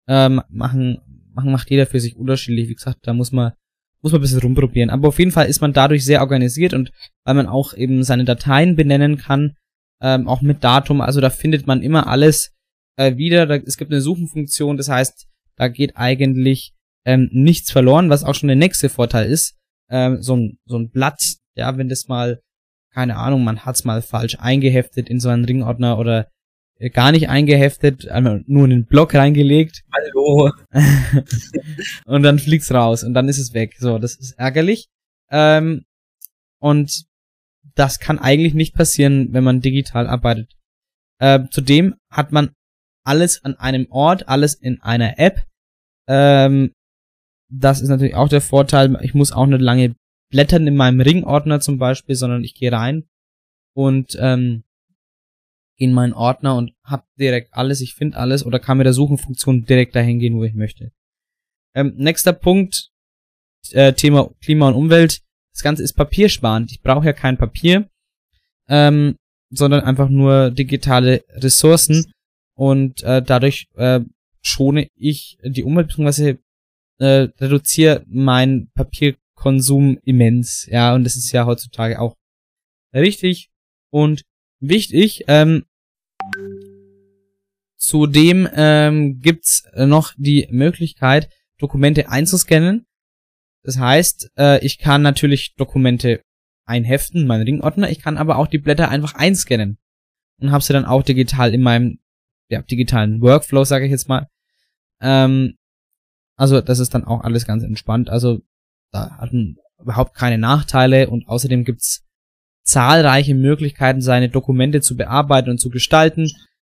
Speaker 2: macht jeder für sich unterschiedlich. Wie gesagt, da muss man ein bisschen rumprobieren. Aber auf jeden Fall ist man dadurch sehr organisiert, und weil man auch eben seine Dateien benennen kann, auch mit Datum, also da findet man immer alles wieder. Es gibt eine Suchenfunktion, das heißt, da geht eigentlich nichts verloren, was auch schon der nächste Vorteil ist. So ein Blatt, ja, wenn das mal, keine Ahnung, man hat's mal falsch eingeheftet in so einen Ringordner oder gar nicht eingeheftet, einmal nur in den Block reingelegt.
Speaker 3: Hallo.
Speaker 2: Und dann fliegt's raus und dann ist es weg. So, das ist ärgerlich. Und das kann eigentlich nicht passieren, wenn man digital arbeitet. Zudem hat man alles an einem Ort, alles in einer App. Das ist natürlich auch der Vorteil. Ich muss auch nicht lange blättern in meinem Ringordner zum Beispiel, sondern ich gehe rein und in meinen Ordner und hab direkt alles, ich finde alles, oder kann mit der Suchenfunktion direkt dahin gehen, wo ich möchte. Nächster Punkt, Thema Klima und Umwelt. Das Ganze ist papiersparend. Ich brauche ja kein Papier, sondern einfach nur digitale Ressourcen, und dadurch schone ich die Umwelt, beziehungsweise reduziere meinen Papierkonsum immens. Ja, und das ist ja heutzutage auch richtig und wichtig. Zudem gibt's noch die Möglichkeit, Dokumente einzuscannen. Das heißt, ich kann natürlich Dokumente einheften, meinen Ringordner, ich kann aber auch die Blätter einfach einscannen und habe sie dann auch digital in meinem digitalen Workflow, sage ich jetzt mal. Also das ist dann auch alles ganz entspannt. Also da hat man überhaupt keine Nachteile, und außerdem gibt's zahlreiche Möglichkeiten, seine Dokumente zu bearbeiten und zu gestalten.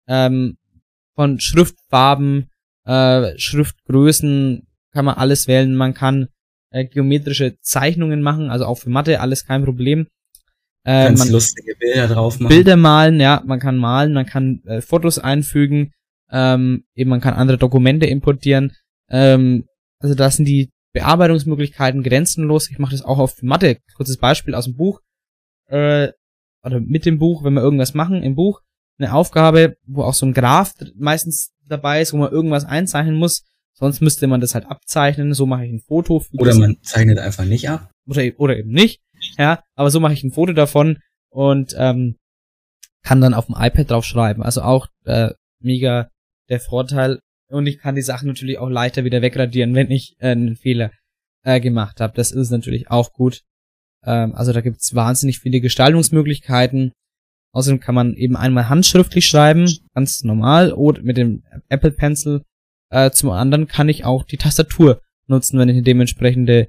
Speaker 2: Von Schriftfarben, Schriftgrößen kann man alles wählen. Man kann geometrische Zeichnungen machen, also auch für Mathe, alles kein Problem.
Speaker 3: Ganz lustige Bilder drauf machen.
Speaker 2: Bilder malen, ja, man kann malen, man kann Fotos einfügen, eben man kann andere Dokumente importieren. Also da sind die Bearbeitungsmöglichkeiten grenzenlos. Ich mache das auch auf Mathe. Kurzes Beispiel aus dem Buch. Oder mit dem Buch, wenn wir irgendwas machen im Buch, eine Aufgabe, wo auch so ein Graph meistens dabei ist, wo man irgendwas einzeichnen muss. Sonst müsste man das halt abzeichnen. So mache ich ein Foto.
Speaker 3: Oder man zeichnet einfach nicht ab.
Speaker 2: Oder eben nicht. Ja, aber so mache ich ein Foto davon und kann dann auf dem iPad drauf schreiben. Also auch mega der Vorteil. Und ich kann die Sachen natürlich auch leichter wieder wegradieren, wenn ich einen Fehler gemacht habe. Das ist natürlich auch gut. Also da gibt's wahnsinnig viele Gestaltungsmöglichkeiten. Außerdem kann man eben einmal handschriftlich schreiben, ganz normal, oder mit dem Apple Pencil. Zum anderen kann ich auch die Tastatur nutzen, wenn ich eine dementsprechende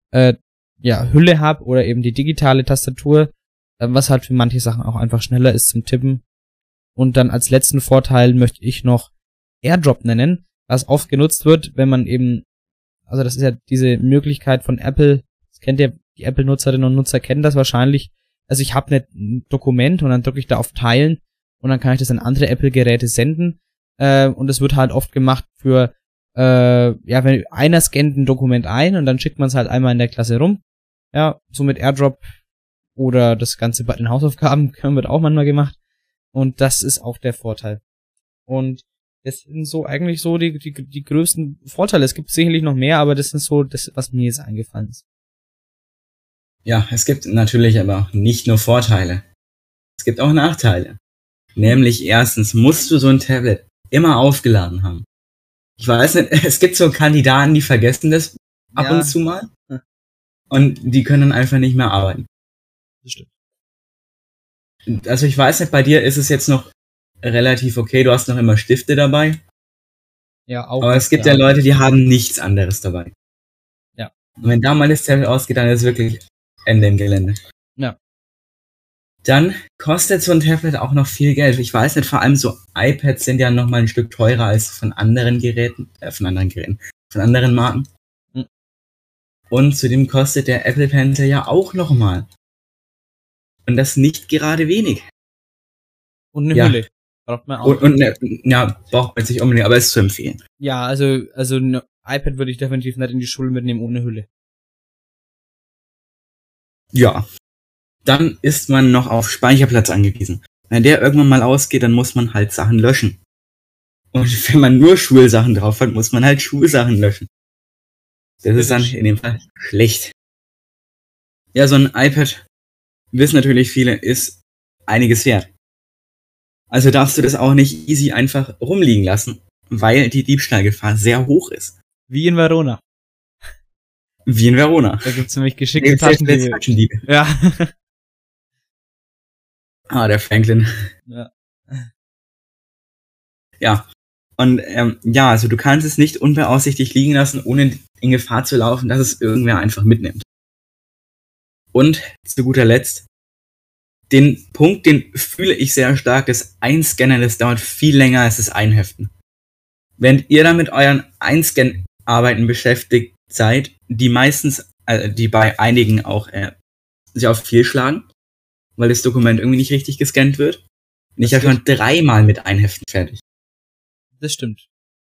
Speaker 2: Hülle habe, oder eben die digitale Tastatur, was halt für manche Sachen auch einfach schneller ist zum Tippen. Und dann als letzten Vorteil möchte ich noch AirDrop nennen, was oft genutzt wird, wenn man eben, also das ist ja diese Möglichkeit von Apple, das kennt ihr, die Apple-Nutzerinnen und Nutzer kennen das wahrscheinlich. Also ich habe ein Dokument und dann drücke ich da auf Teilen und dann kann ich das an andere Apple-Geräte senden. Und es wird halt oft gemacht für, wenn einer scannt ein Dokument ein und dann schickt man es halt einmal in der Klasse rum. Ja, so mit AirDrop oder das Ganze bei den Hausaufgaben wird auch manchmal gemacht. Und das ist auch der Vorteil. Und das sind so eigentlich so die größten Vorteile. Es gibt sicherlich noch mehr, aber das ist so das, was mir jetzt eingefallen ist.
Speaker 3: Ja, es gibt natürlich aber nicht nur Vorteile. Es gibt auch Nachteile. Nämlich erstens musst du so ein Tablet immer aufgeladen haben. Ich weiß nicht, es gibt so Kandidaten, die vergessen das ab und zu mal. Und die können dann einfach nicht mehr arbeiten.
Speaker 2: Das stimmt.
Speaker 3: Also ich weiß nicht, bei dir ist es jetzt noch relativ okay, du hast noch immer Stifte dabei.
Speaker 2: Ja, auch.
Speaker 3: Aber es gibt ja Leute, die haben nichts anderes dabei.
Speaker 2: Ja.
Speaker 3: Und wenn da mal das Tablet ausgeht, dann ist wirklich Ende im Gelände.
Speaker 2: Ja.
Speaker 3: Dann kostet so ein Tablet auch noch viel Geld. Ich weiß nicht, vor allem so iPads sind ja noch mal ein Stück teurer als von anderen von anderen Marken.
Speaker 2: Hm.
Speaker 3: Und zudem kostet der Apple Pencil ja auch noch mal. Und das nicht gerade wenig.
Speaker 2: Und eine
Speaker 3: Ja.
Speaker 2: Hülle. Braucht man auch.
Speaker 3: Braucht man sich unbedingt, aber ist zu empfehlen.
Speaker 2: Ja, also ein iPad würde ich definitiv nicht in die Schule mitnehmen ohne Hülle.
Speaker 3: Ja. Dann ist man noch auf Speicherplatz angewiesen. Wenn der irgendwann mal ausgeht, dann muss man halt Sachen löschen. Und wenn man nur Schulsachen drauf hat, muss man halt Schulsachen löschen. Das ist dann in dem Fall schlecht. Ja, so ein iPad, wissen natürlich viele, ist einiges wert. Also darfst du das auch nicht easy einfach rumliegen lassen, weil die Diebstahlgefahr sehr hoch ist.
Speaker 2: Wie in Verona.
Speaker 3: Wie in Verona.
Speaker 2: Da gibt's nämlich geschickte Taschendiebe.
Speaker 3: Taschendiebe.
Speaker 2: Ja.
Speaker 3: Der Franklin.
Speaker 2: Ja.
Speaker 3: Ja. Und also du kannst es nicht unbeaufsichtigt liegen lassen, ohne in Gefahr zu laufen, dass es irgendwer einfach mitnimmt. Und zu guter Letzt, den Punkt, den fühle ich sehr stark, das Einscannen, das dauert viel länger als das Einheften. Während ihr da mit euren Einscan-Arbeiten beschäftigt seid, die meistens, die bei einigen auch sich auf fehlschlagen, weil das Dokument irgendwie nicht richtig gescannt wird. Und ich habe schon 3-mal mit Einheften fertig.
Speaker 2: Das stimmt.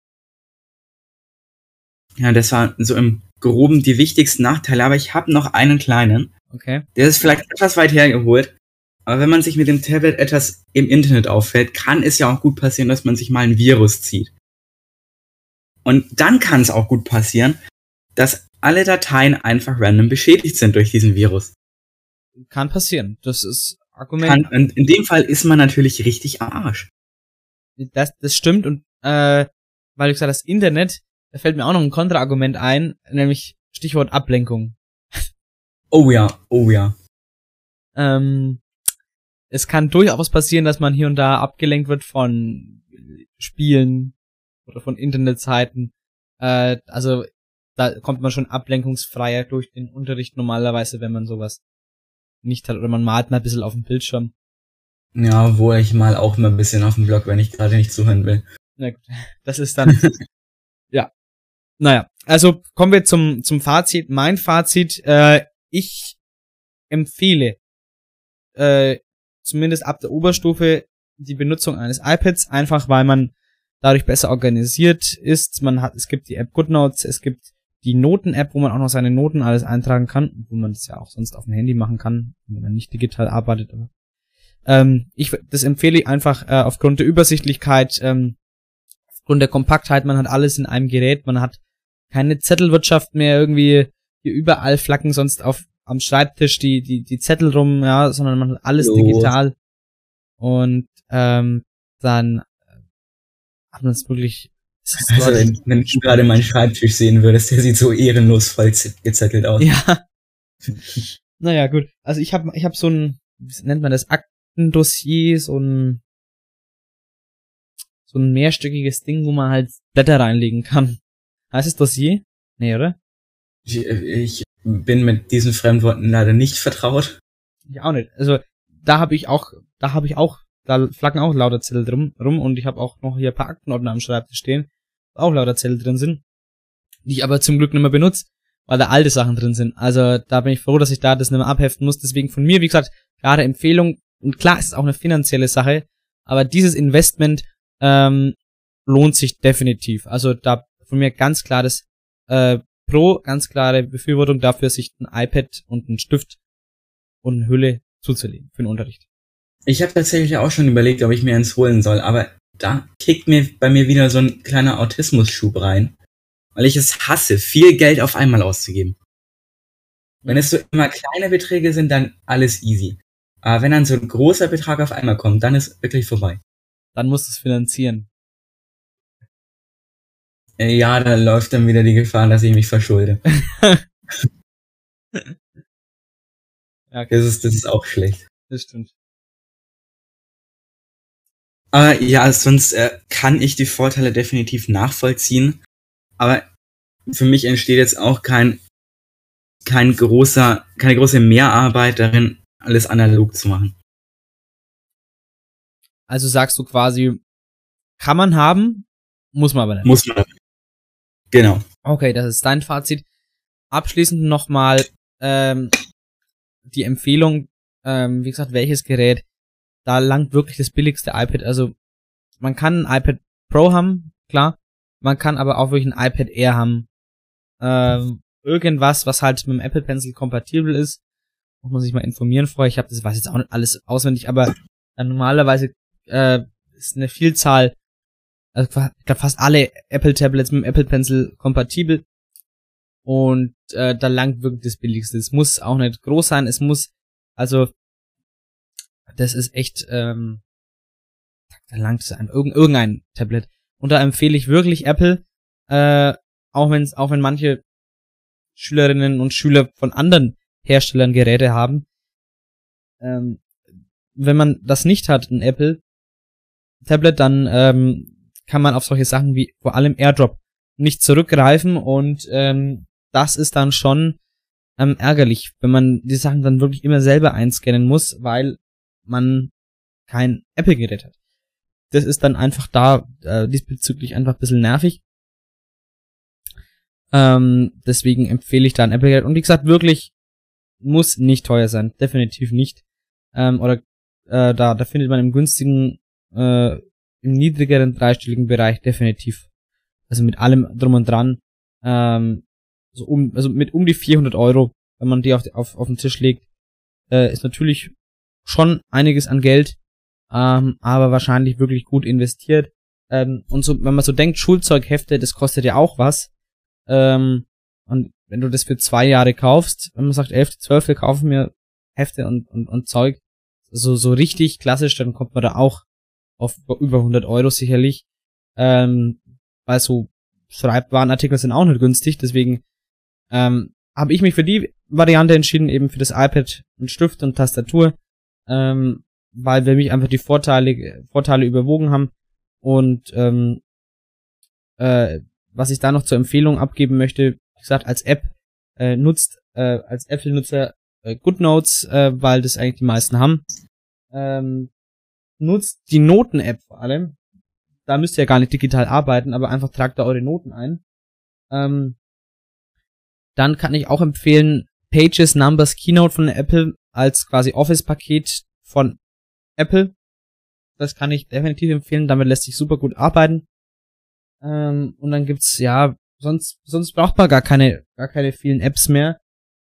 Speaker 3: Ja, das war so im Groben die wichtigsten Nachteile, aber ich habe noch einen kleinen.
Speaker 2: Okay.
Speaker 3: Der ist vielleicht etwas weit hergeholt, aber wenn man sich mit dem Tablet etwas im Internet auffällt, kann es ja auch gut passieren, dass man sich mal ein Virus zieht. Und dann kann es auch gut passieren, dass alle Dateien einfach random beschädigt sind durch diesen Virus.
Speaker 2: Kann passieren. Das ist Argument.
Speaker 3: Und in dem Fall ist man natürlich richtig am Arsch.
Speaker 2: Das stimmt und weil du gesagt hast, Internet, da fällt mir auch noch ein Kontraargument ein, nämlich Stichwort Ablenkung.
Speaker 3: Oh ja.
Speaker 2: Es kann durchaus passieren, dass man hier und da abgelenkt wird von Spielen oder von Internetseiten. Also da kommt man schon ablenkungsfreier durch den Unterricht normalerweise, wenn man sowas nicht hat oder man malt mal ein bisschen auf dem Bildschirm.
Speaker 3: Ja, wo ich mal auch mal ein bisschen auf dem Blog, wenn ich gerade nicht zuhören will.
Speaker 2: Na gut, das ist dann ja. Naja, also kommen wir zum Fazit. Mein Fazit, ich empfehle zumindest ab der Oberstufe die Benutzung eines iPads, einfach weil man dadurch besser organisiert ist. Es gibt die App GoodNotes, es gibt die Noten-App, wo man auch noch seine Noten alles eintragen kann, wo man das ja auch sonst auf dem Handy machen kann, wenn man nicht digital arbeitet. Aber das empfehle ich einfach aufgrund der Übersichtlichkeit, aufgrund der Kompaktheit. Man hat alles in einem Gerät, man hat keine Zettelwirtschaft mehr irgendwie hier überall flacken sonst am Schreibtisch die Zettel rum, ja, sondern man hat alles digital. Und dann hat man es wirklich.
Speaker 3: Also wenn du gerade meinen Schreibtisch sehen würdest, der sieht so ehrenlos voll gezettelt aus.
Speaker 2: Ja. Naja, gut. Also ich hab so ein, wie nennt man das, Aktendossier, so ein mehrstöckiges Ding, wo man halt Blätter reinlegen kann. Heißt es Dossier? Nee, oder?
Speaker 3: Ich bin mit diesen Fremdworten leider nicht vertraut.
Speaker 2: Ich auch nicht. Also da flacken auch lauter Zettel rum und ich habe auch noch hier ein paar Aktenordner am Schreibtisch stehen, wo auch lauter Zettel drin sind, die ich aber zum Glück nicht mehr benutze, weil da alte Sachen drin sind. Also da bin ich froh, dass ich da das nicht mehr abheften muss. Deswegen von mir, wie gesagt, klare Empfehlung. Und klar, es ist auch eine finanzielle Sache, aber dieses Investment lohnt sich definitiv. Also da von mir ganz klar das ganz klare Befürwortung dafür, sich ein iPad und einen Stift und eine Hülle zuzulegen für den Unterricht.
Speaker 3: Ich habe tatsächlich auch schon überlegt, ob ich mir eins holen soll, aber da kickt bei mir wieder so ein kleiner Autismusschub rein, weil ich es hasse, viel Geld auf einmal auszugeben. Wenn es so immer kleine Beträge sind, dann alles easy. Aber wenn dann so ein großer Betrag auf einmal kommt, dann ist wirklich vorbei.
Speaker 2: Dann musst du es finanzieren.
Speaker 3: Ja, da läuft dann wieder die Gefahr, dass ich mich verschulde.
Speaker 2: Ja, okay.
Speaker 3: Das ist auch schlecht.
Speaker 2: Das stimmt.
Speaker 3: Aber ja, sonst kann ich die Vorteile definitiv nachvollziehen. Aber für mich entsteht jetzt auch kein keine große Mehrarbeit darin, alles analog zu machen.
Speaker 2: Also sagst du quasi, kann man haben, muss man aber nicht.
Speaker 3: Muss man. Genau.
Speaker 2: Okay, das ist dein Fazit. Abschließend nochmal die Empfehlung, wie gesagt, welches Gerät, da langt wirklich das billigste iPad. Also man kann ein iPad Pro haben, klar, man kann aber auch wirklich ein iPad Air haben. Irgendwas, was halt mit dem Apple Pencil kompatibel ist. Muss man sich mal informieren vorher. Ich weiß jetzt auch nicht alles auswendig, aber normalerweise ist eine Vielzahl, also ich glaube fast alle Apple Tablets mit dem Apple Pencil kompatibel. Und da langt wirklich das Billigste. Es muss auch nicht groß sein, es muss, also das ist echt, da langt es an irgendein Tablet. Und da empfehle ich wirklich Apple, auch wenn manche Schülerinnen und Schüler von anderen Herstellern Geräte haben. Wenn man das nicht hat, ein Apple Tablet, dann kann man auf solche Sachen wie vor allem AirDrop nicht zurückgreifen und das ist dann schon ärgerlich, wenn man die Sachen dann wirklich immer selber einscannen muss, weil man kein Apple-Gerät hat. Das ist dann einfach diesbezüglich einfach ein bisschen nervig. Deswegen empfehle ich da ein Apple-Gerät. Und wie gesagt, wirklich muss nicht teuer sein. Definitiv nicht. Da findet man im günstigen, im niedrigeren dreistelligen Bereich definitiv. Also mit allem drum und dran. Also mit um die 400 Euro, wenn man die auf den Tisch legt, ist natürlich schon einiges an Geld, aber wahrscheinlich wirklich gut investiert. Und so, wenn man so denkt, Schulzeughefte, das kostet ja auch was. Und wenn du das für 2 Jahre kaufst, wenn man sagt 11., 12. kaufen wir Hefte und Zeug, so richtig klassisch, dann kommt man da auch auf über 100 Euro sicherlich. Weil so Schreibwarenartikel sind auch nicht günstig, deswegen habe ich mich für die Variante entschieden, eben für das iPad und Stift und Tastatur, weil wir mich einfach die Vorteile überwogen haben und was ich da noch zur Empfehlung abgeben möchte, wie gesagt, als App als Apple-Nutzer GoodNotes, weil das eigentlich die meisten haben. Nutzt die Noten-App vor allem. Da müsst ihr ja gar nicht digital arbeiten, aber einfach tragt da eure Noten ein. Dann kann ich auch empfehlen Pages, Numbers, Keynote von Apple als quasi Office-Paket von Apple. Das kann ich definitiv empfehlen, damit lässt sich super gut arbeiten. Und dann gibt's, ja, sonst braucht man gar keine vielen Apps mehr.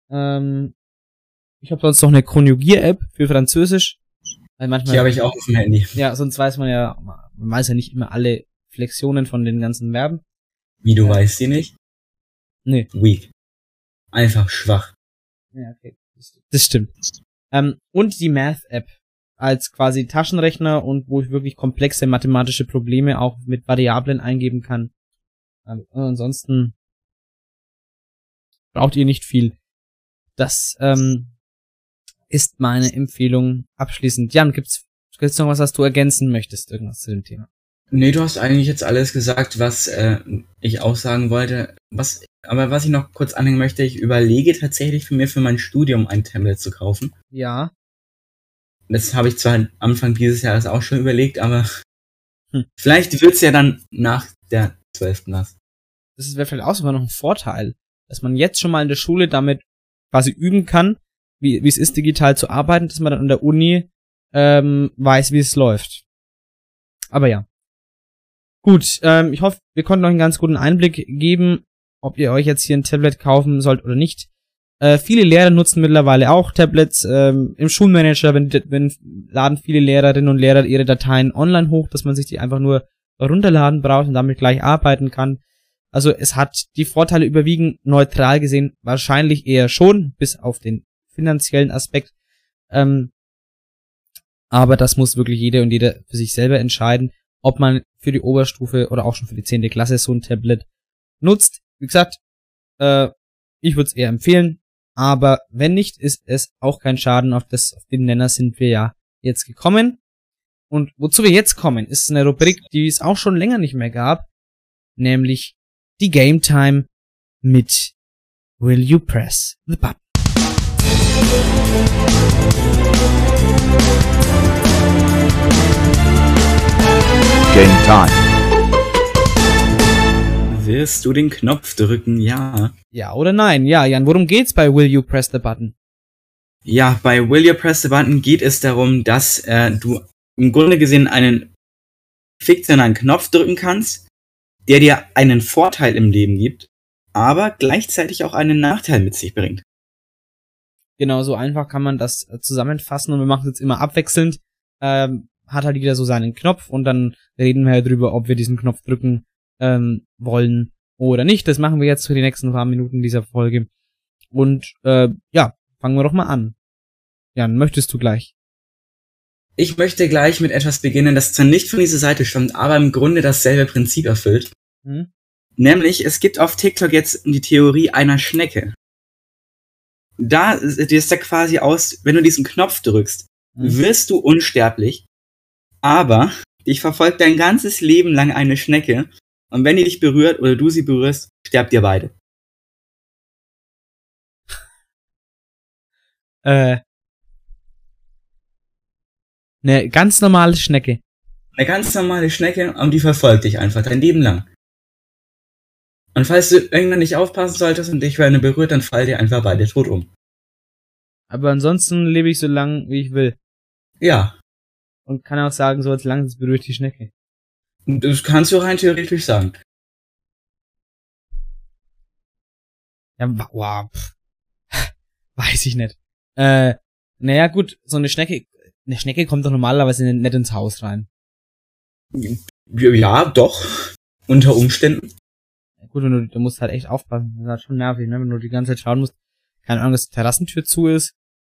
Speaker 2: Ich habe sonst noch eine Konjugier-App für Französisch. Weil manchmal,
Speaker 3: Die habe ich auch auf dem Handy.
Speaker 2: ja, sonst weiß man weiß ja nicht immer alle Flexionen von den ganzen Verben.
Speaker 3: Wie, du weißt sie nicht?
Speaker 2: Nee.
Speaker 3: Weak. Einfach schwach.
Speaker 2: Ja, okay. Das stimmt. Und die Math-App als quasi Taschenrechner und wo ich wirklich komplexe mathematische Probleme auch mit Variablen eingeben kann. Ansonsten braucht ihr nicht viel. Das ist meine Empfehlung abschließend. Jan, gibt's noch was du ergänzen möchtest? Irgendwas zu dem Thema?
Speaker 3: Nee, du hast eigentlich jetzt alles gesagt, was ich auch sagen wollte. Aber was ich noch kurz anhängen möchte, ich überlege tatsächlich für mein Studium ein Tablet zu kaufen.
Speaker 2: Ja.
Speaker 3: Das habe ich zwar am Anfang dieses Jahres auch schon überlegt, aber vielleicht wird's ja dann nach der 12. Klasse.
Speaker 2: Das wäre vielleicht auch sogar noch ein Vorteil, dass man jetzt schon mal in der Schule damit quasi üben kann, wie es ist, digital zu arbeiten, dass man dann an der Uni weiß, wie es läuft. Aber ja. Gut, ich hoffe, wir konnten euch einen ganz guten Einblick geben, ob ihr euch jetzt hier ein Tablet kaufen sollt oder nicht. Viele Lehrer nutzen mittlerweile auch Tablets. Im Schulmanager laden viele Lehrerinnen und Lehrer ihre Dateien online hoch, dass man sich die einfach nur runterladen braucht und damit gleich arbeiten kann. Also es hat die Vorteile überwiegen, neutral gesehen wahrscheinlich eher schon, bis auf den finanziellen Aspekt. Aber das muss wirklich jeder und jeder für sich selber entscheiden, ob man für die Oberstufe oder auch schon für die 10. Klasse so ein Tablet nutzt. Wie gesagt, ich würde es eher empfehlen, aber wenn nicht, ist es auch kein Schaden. Auf den Nenner sind wir ja jetzt gekommen. Und wozu wir jetzt kommen, ist eine Rubrik, die es auch schon länger nicht mehr gab, nämlich die Game Time mit Will you press the button?
Speaker 9: Game time.
Speaker 3: Wirst du den Knopf drücken? Ja.
Speaker 2: Ja oder nein? Ja, Jan, worum geht's bei Will you press the button?
Speaker 3: Ja, bei Will You Press the Button geht es darum, dass du im Grunde gesehen einen fiktionalen Knopf drücken kannst, der dir einen Vorteil im Leben gibt, aber gleichzeitig auch einen Nachteil mit sich bringt.
Speaker 2: Genau, so einfach kann man das zusammenfassen und wir machen es jetzt immer abwechselnd. Hat halt jeder so seinen Knopf und dann reden wir halt drüber, ob wir diesen Knopf drücken wollen oder nicht. Das machen wir jetzt für die nächsten paar Minuten dieser Folge. Und ja, fangen wir doch mal an. Jan, möchtest du gleich?
Speaker 3: Ich möchte gleich mit etwas beginnen, das zwar nicht von dieser Seite stammt, aber im Grunde dasselbe Prinzip erfüllt. Nämlich, es gibt auf TikTok jetzt die Theorie einer Schnecke. Da ist da quasi aus, wenn du diesen Knopf drückst, wirst du unsterblich, aber dich verfolgt dein ganzes Leben lang eine Schnecke und wenn die dich berührt oder du sie berührst, sterbt ihr beide.
Speaker 2: Eine ganz normale Schnecke.
Speaker 3: Eine ganz normale Schnecke und die verfolgt dich einfach dein Leben lang. Und falls du irgendwann nicht aufpassen solltest und dich eine berührt, dann fallen dir einfach beide tot um.
Speaker 2: Aber ansonsten lebe ich so lang, wie ich will.
Speaker 3: Ja.
Speaker 2: Und kann auch sagen, so als lang es berührt die Schnecke.
Speaker 3: Das kannst du rein theoretisch sagen.
Speaker 2: Ja, wow. Weiß ich nicht. Naja, gut, so eine Schnecke kommt doch normalerweise nicht ins Haus rein.
Speaker 3: Ja, doch. Unter Umständen.
Speaker 2: Ja, gut, du musst halt echt aufpassen. Das ist halt schon nervig, ne? Wenn du die ganze Zeit schauen musst, keine Ahnung, dass die Terrassentür zu ist.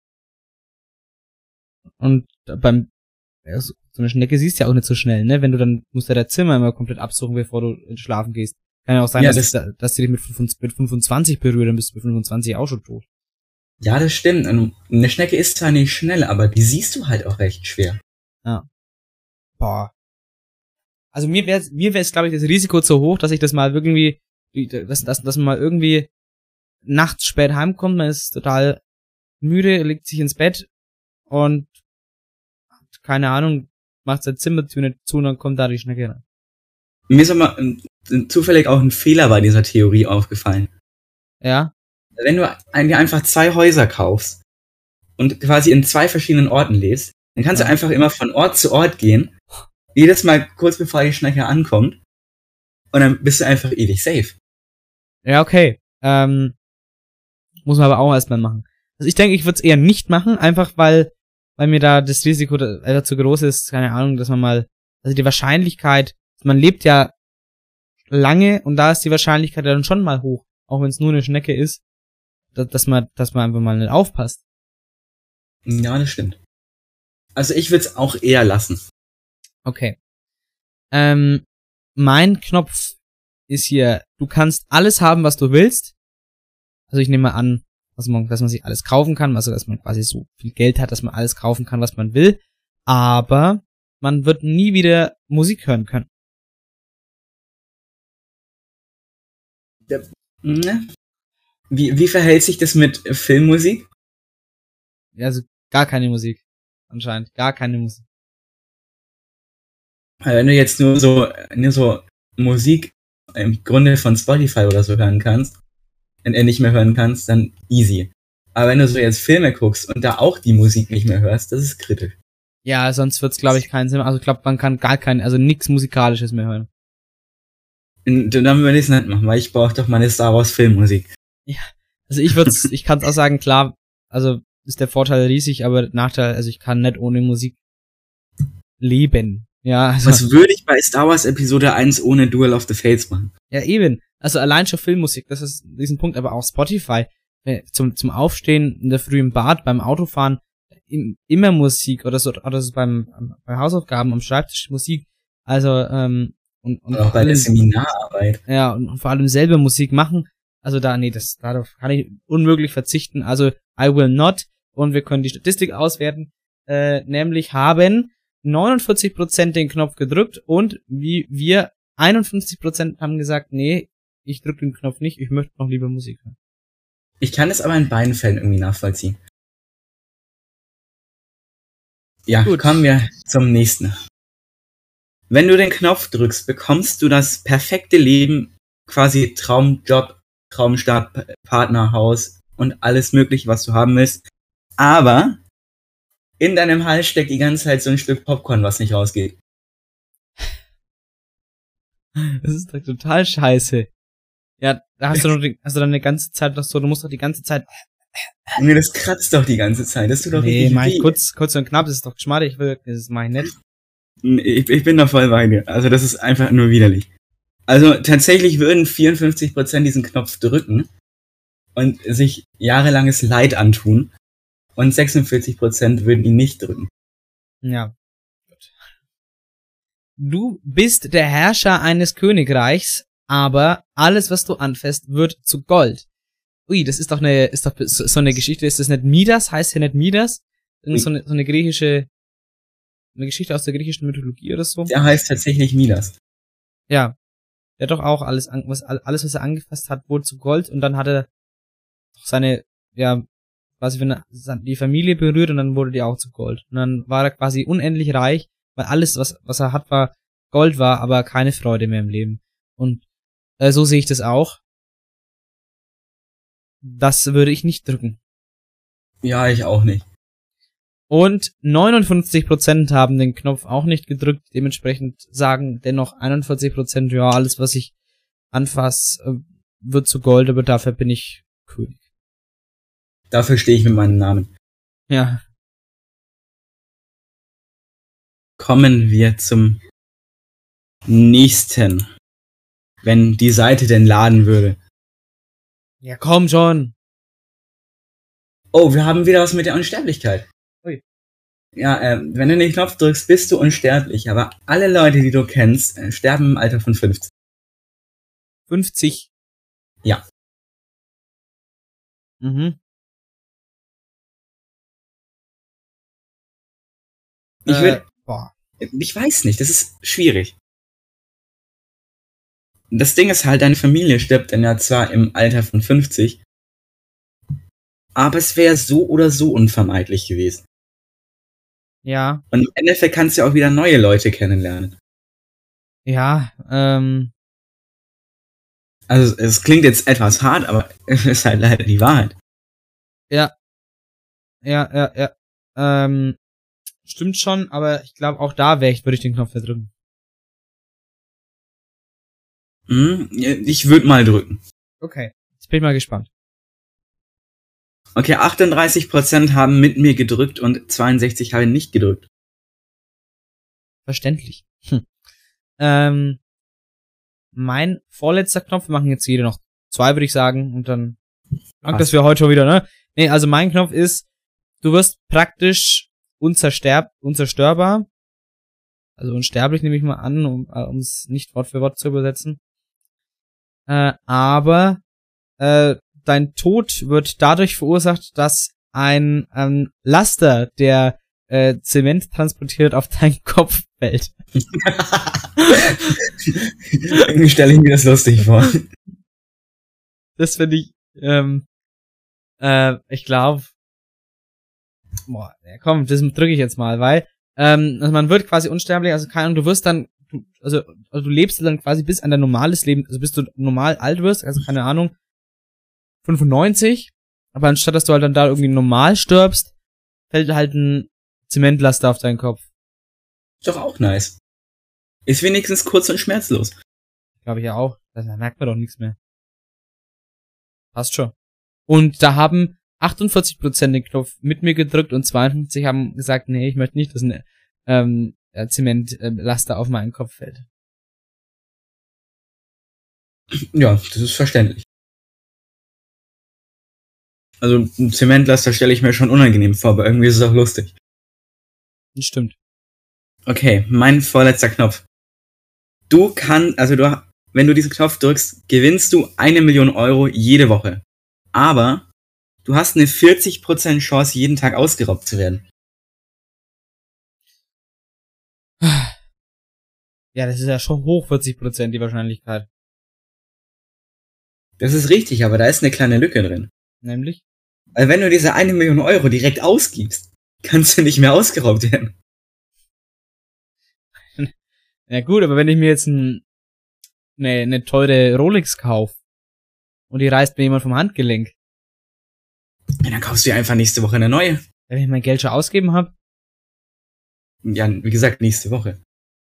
Speaker 2: Und so eine Schnecke siehst du ja auch nicht so schnell, ne? Wenn du dann, musst du dein Zimmer immer komplett absuchen, bevor du schlafen gehst. Kann ja auch sein,
Speaker 3: ja,
Speaker 2: dass die dich mit 25 berührt, dann bist du mit 25 auch schon tot.
Speaker 3: Ja, das stimmt. Eine Schnecke ist zwar nicht schnell, aber die siehst du halt auch recht schwer.
Speaker 2: Ja. Boah. Also mir wär's, glaube ich, das Risiko zu hoch, dass ich das mal irgendwie, dass man mal irgendwie nachts spät heimkommt, man ist total müde, legt sich ins Bett und keine Ahnung, macht sein Zimmertür nicht zu und dann kommt da die Schnecke rein.
Speaker 3: Mir ist aber zufällig auch ein Fehler bei dieser Theorie aufgefallen.
Speaker 2: Ja?
Speaker 3: Wenn du dir einfach 2 Häuser kaufst und quasi in 2 verschiedenen Orten lebst, dann kannst du einfach immer von Ort zu Ort gehen, jedes Mal kurz bevor die Schnecke ankommt und dann bist du einfach ewig safe.
Speaker 2: Ja, okay. Muss man aber auch erstmal machen. Also ich denke, ich würde es eher nicht machen, einfach weil mir da das Risiko zu groß ist, keine Ahnung, dass man mal, also die Wahrscheinlichkeit, man lebt ja lange und da ist die Wahrscheinlichkeit dann schon mal hoch, auch wenn es nur eine Schnecke ist, dass man einfach mal nicht aufpasst.
Speaker 3: Ja, das stimmt. Also ich würde es auch eher lassen.
Speaker 2: Okay. Mein Knopf ist hier, du kannst alles haben, was du willst. Also ich nehme mal an, dass man sich alles kaufen kann, also dass man quasi so viel Geld hat, dass man alles kaufen kann, was man will. Aber man wird nie wieder Musik hören können.
Speaker 3: Wie verhält sich das mit Filmmusik?
Speaker 2: Also gar keine Musik. Anscheinend. Gar keine Musik.
Speaker 3: Wenn du jetzt nur so Musik im Grunde von Spotify oder so hören kannst, nicht mehr hören kannst, dann easy. Aber wenn du so jetzt Filme guckst und da auch die Musik nicht mehr hörst, das ist kritisch.
Speaker 2: Ja, sonst wird's, glaube ich, keinen Sinn mehr. Also ich glaube, man kann also nichts Musikalisches mehr hören.
Speaker 3: Und dann würde ich es nicht machen, weil ich brauche doch meine Star Wars Filmmusik.
Speaker 2: Ja, also ich kann es auch sagen, klar, also ist der Vorteil riesig, aber Nachteil, also ich kann nicht ohne Musik leben. Ja, also,
Speaker 3: was würde ich bei Star Wars Episode 1 ohne Duel of the Fates machen?
Speaker 2: Ja, eben. Also allein schon Filmmusik, das ist diesen Punkt, aber auch Spotify. Zum Aufstehen in der Früh im Bad, beim Autofahren, immer Musik oder so bei Hausaufgaben am Schreibtisch Musik. Also, und
Speaker 3: auch bei der Seminararbeit.
Speaker 2: Ja, und vor allem selber Musik machen. Also darauf kann ich unmöglich verzichten. Also, I will not. Und wir können die Statistik auswerten. Nämlich haben 49% den Knopf gedrückt und wie wir 51% haben gesagt, nee, ich drücke den Knopf nicht, ich möchte noch lieber Musik hören.
Speaker 3: Ich kann es aber in beiden Fällen irgendwie nachvollziehen. Ja,
Speaker 2: Gut.
Speaker 3: kommen wir zum nächsten. Wenn du den Knopf drückst, bekommst du das perfekte Leben, quasi Traumjob, Traumstart, Partner, Haus und alles mögliche, was du haben willst. Aber in deinem Hals steckt die ganze Zeit so ein Stück Popcorn, was nicht rausgeht.
Speaker 2: Das ist doch total scheiße. Ja, da hast du dann eine ganze Zeit noch so, du musst doch die ganze Zeit.
Speaker 3: Nee, das kratzt doch die ganze Zeit. Das tut doch
Speaker 2: Nee,
Speaker 3: richtig
Speaker 2: mein
Speaker 3: weh.
Speaker 2: kurz und knapp, das ist doch geschmackig, das mach ich nicht.
Speaker 3: Ich bin da voll bei dir. Also das ist einfach nur widerlich. Also tatsächlich würden 54% diesen Knopf drücken und sich jahrelanges Leid antun und 46% würden ihn nicht drücken.
Speaker 2: Ja. Gut. Du bist der Herrscher eines Königreichs, aber alles, was du anfasst, wird zu Gold. Ui, das ist doch so eine Geschichte, ist das nicht Midas? Heißt ja nicht Midas? So eine griechische, eine Geschichte aus der griechischen Mythologie oder so?
Speaker 3: Der heißt tatsächlich Midas.
Speaker 2: Ja. Der hat doch auch alles, was er angefasst hat, wurde zu Gold und dann hat er seine, ja, quasi wenn er die Familie berührt und dann wurde die auch zu Gold. Und dann war er quasi unendlich reich, weil alles, was er hat, war Gold war, aber keine Freude mehr im Leben. Und so sehe ich das auch. Das würde ich nicht drücken.
Speaker 3: Ja, ich auch nicht.
Speaker 2: Und 59% haben den Knopf auch nicht gedrückt. Dementsprechend sagen dennoch 41%, ja, alles, was ich anfasse, wird zu Gold, aber dafür bin ich König.
Speaker 3: Dafür stehe ich mit meinem Namen.
Speaker 2: Ja.
Speaker 3: Kommen wir zum nächsten. Wenn die Seite denn laden würde.
Speaker 2: Ja, komm schon.
Speaker 3: Oh, wir haben wieder was mit der Unsterblichkeit.
Speaker 2: Ui.
Speaker 3: Ja, wenn du den Knopf drückst, bist du unsterblich, aber alle Leute, die du kennst, sterben im Alter von 50.
Speaker 2: 50.
Speaker 3: Ja.
Speaker 2: Mhm.
Speaker 3: Ich weiß nicht, das ist schwierig. Das Ding ist halt, deine Familie stirbt dann ja zwar im Alter von 50, aber es wäre so oder so unvermeidlich gewesen.
Speaker 2: Ja.
Speaker 3: Und im Endeffekt kannst du ja auch wieder neue Leute kennenlernen.
Speaker 2: Ja,
Speaker 3: Also es klingt jetzt etwas hart, aber es ist halt leider die Wahrheit.
Speaker 2: Ja. Stimmt schon, aber ich glaube auch da würde ich den Knopf verdrücken.
Speaker 3: Ich würde mal drücken.
Speaker 2: Okay, jetzt bin ich mal gespannt.
Speaker 3: Okay, 38% haben mit mir gedrückt und 62 haben nicht gedrückt.
Speaker 2: Verständlich. Mein vorletzter Knopf, wir machen jetzt jede noch 2, würde ich sagen, und dann danke, dass wir heute schon wieder, ne? Nee, also mein Knopf ist, du wirst praktisch unzerstörbar, also unsterblich nehme ich mal an, um es nicht Wort für Wort zu übersetzen. Aber dein Tod wird dadurch verursacht, dass ein Laster, der Zement transportiert, auf deinen Kopf fällt.
Speaker 3: Irgendwie stelle ich mir das lustig vor.
Speaker 2: Das finde ich, ich glaube, ja komm, das drücke ich jetzt mal, weil also man wird quasi unsterblich, also keine Ahnung, du wirst dann, du lebst dann quasi bis an dein normales Leben, also bis du normal alt wirst, also keine Ahnung, 95, aber anstatt dass du halt dann da irgendwie normal stirbst, fällt halt ein Zementlaster auf deinen Kopf.
Speaker 3: Ist doch auch nice. Ist wenigstens kurz und schmerzlos.
Speaker 2: Glaube ich ja auch. Da merkt man doch nichts mehr. Passt schon. Und da haben 48% den Knopf mit mir gedrückt und 52 haben gesagt, nee, ich möchte nicht, dass ein Zementlaster auf meinen Kopf fällt.
Speaker 3: Ja, das ist verständlich. Also ein Zementlaster stelle ich mir schon unangenehm vor, aber irgendwie ist es auch lustig.
Speaker 2: Das stimmt.
Speaker 3: Okay, mein vorletzter Knopf. Wenn du diesen Knopf drückst, gewinnst du 1 Million Euro jede Woche. Aber du hast eine 40% Chance, jeden Tag ausgeraubt zu werden.
Speaker 2: Ja, das ist ja schon hoch 40% die Wahrscheinlichkeit.
Speaker 3: Das ist richtig, aber da ist eine kleine Lücke drin.
Speaker 2: Nämlich?
Speaker 3: Weil wenn du diese 1 Million Euro direkt ausgibst, kannst du nicht mehr ausgeraubt werden.
Speaker 2: Ja gut, aber wenn ich mir jetzt eine teure Rolex kaufe und die reißt mir jemand vom Handgelenk.
Speaker 3: Ja, dann kaufst du dir einfach nächste Woche eine neue.
Speaker 2: Wenn ich mein Geld schon ausgeben habe.
Speaker 3: Ja, wie gesagt, nächste Woche.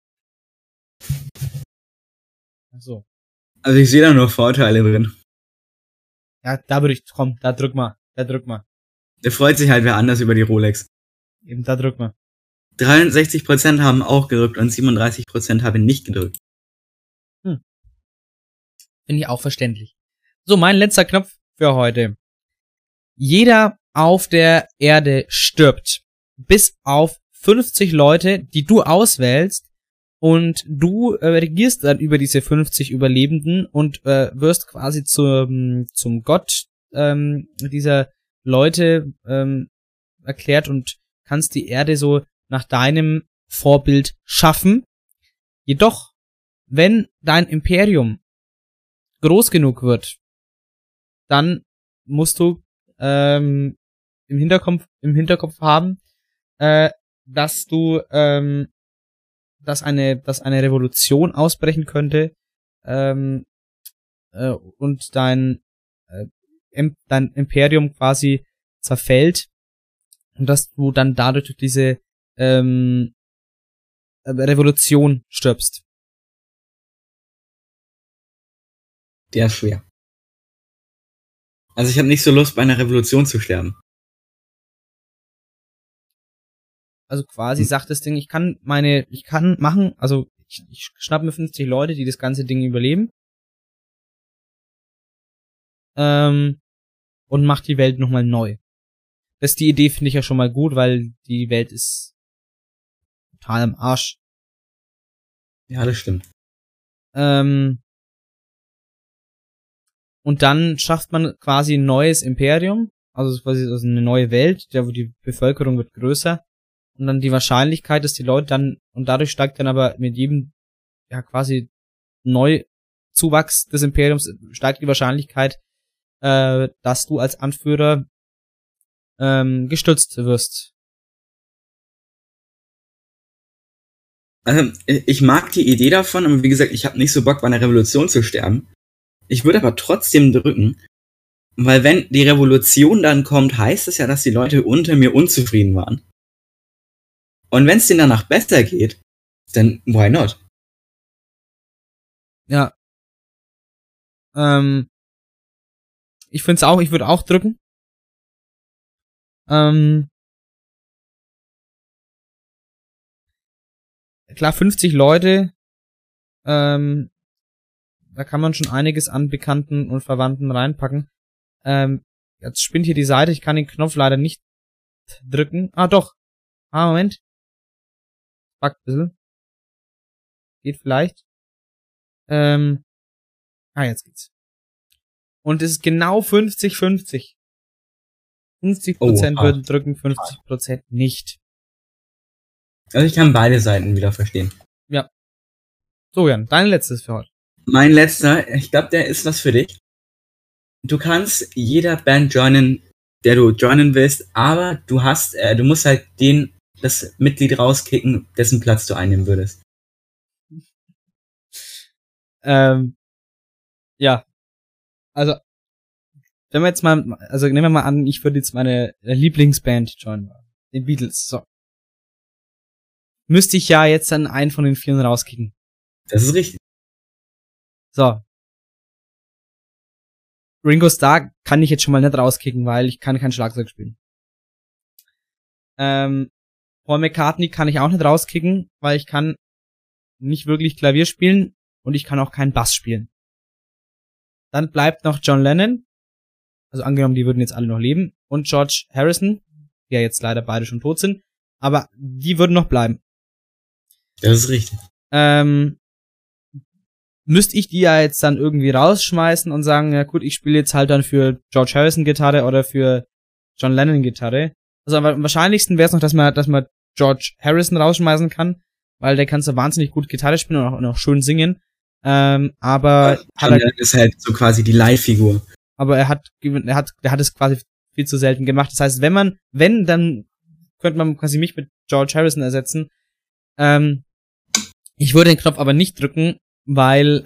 Speaker 2: Ach so.
Speaker 3: Also ich sehe da nur Vorteile drin.
Speaker 2: Ja, da würde ich, komm, da drück mal.
Speaker 3: Da freut sich halt wer anders über die Rolex.
Speaker 2: Eben, da drück mal.
Speaker 3: 63% haben auch gedrückt und 37% haben nicht gedrückt.
Speaker 2: Finde ich auch verständlich. So, mein letzter Knopf für heute. Jeder auf der Erde stirbt. Bis auf 50 Leute, die du auswählst. Und du regierst dann über diese 50 Überlebenden und wirst quasi zum Gott dieser Leute erklärt und kannst die Erde so nach deinem Vorbild schaffen. Jedoch, wenn dein Imperium groß genug wird, dann musst du im Hinterkopf haben, dass du dass eine Revolution ausbrechen könnte und dein Imperium quasi zerfällt und dass du dann dadurch durch diese Revolution stirbst.
Speaker 3: Der ist schwer. Also ich habe nicht so Lust, bei einer Revolution zu sterben.
Speaker 2: Also quasi sagt das Ding, ich kann machen, also ich schnapp mir 50 Leute, die das ganze Ding überleben. Und mach die Welt nochmal neu. Die Idee finde ich ja schon mal gut, weil die Welt ist total am Arsch.
Speaker 3: Ja, das stimmt.
Speaker 2: Und dann schafft man quasi ein neues Imperium, also quasi eine neue Welt, wo die Bevölkerung wird größer. Und dann die Wahrscheinlichkeit, dass die Leute dann, und dadurch steigt dann aber mit jedem, ja quasi Neuzuwachs des Imperiums, steigt die Wahrscheinlichkeit, dass du als Anführer gestützt wirst.
Speaker 3: Also, ich mag die Idee davon, aber wie gesagt, ich habe nicht so Bock, bei einer Revolution zu sterben. Ich würde aber trotzdem drücken, weil wenn die Revolution dann kommt, heißt es ja, dass die Leute unter mir unzufrieden waren. Und wenn es denen danach besser geht, dann why not?
Speaker 2: Ja. Ich find's auch, ich würde auch drücken. Klar, 50 Leute, da kann man schon einiges an Bekannten und Verwandten reinpacken. Jetzt spinnt hier die Seite, ich kann den Knopf leider nicht drücken. Ah, doch. Moment. Fuck, ein bisschen. Geht vielleicht. Jetzt geht's. Und es ist genau 50-50. 50% würden drücken, 50% nicht.
Speaker 3: Also ich kann beide Seiten wieder verstehen.
Speaker 2: Ja. So, Jan, dein letztes für heute.
Speaker 3: Mein letzter, ich glaube, der ist was für dich. Du kannst jeder Band joinen, der du joinen willst, aber du musst halt das Mitglied rauskicken, dessen Platz du einnehmen würdest.
Speaker 2: Ja. Also, wenn wir jetzt mal, also nehmen wir mal an, ich würde jetzt meine Lieblingsband joinen. Den Beatles, so. Müsste ich ja jetzt dann einen von den vieren rauskicken.
Speaker 3: Das ist richtig.
Speaker 2: So. Ringo Starr kann ich jetzt schon mal nicht rauskicken, weil ich kann kein Schlagzeug spielen. Paul McCartney kann ich auch nicht rauskicken, weil ich kann nicht wirklich Klavier spielen und ich kann auch keinen Bass spielen. Dann bleibt noch John Lennon, also angenommen, die würden jetzt alle noch leben, und George Harrison, die ja jetzt leider beide schon tot sind, aber die würden noch bleiben.
Speaker 3: Das ist richtig.
Speaker 2: Müsste ich die ja jetzt dann irgendwie rausschmeißen und sagen, ja gut, ich spiele jetzt halt dann für George Harrison Gitarre oder für John Lennon Gitarre. Also am wahrscheinlichsten wäre es noch, dass man George Harrison rausschmeißen kann, weil der kann so wahnsinnig gut Gitarre spielen und auch schön singen. Aber
Speaker 3: John Lennon ist halt so quasi die Live-Figur.
Speaker 2: aber er hat es quasi viel zu selten gemacht. Das heißt, dann könnte man quasi mich mit George Harrison ersetzen. Ich würde den Knopf aber nicht drücken, weil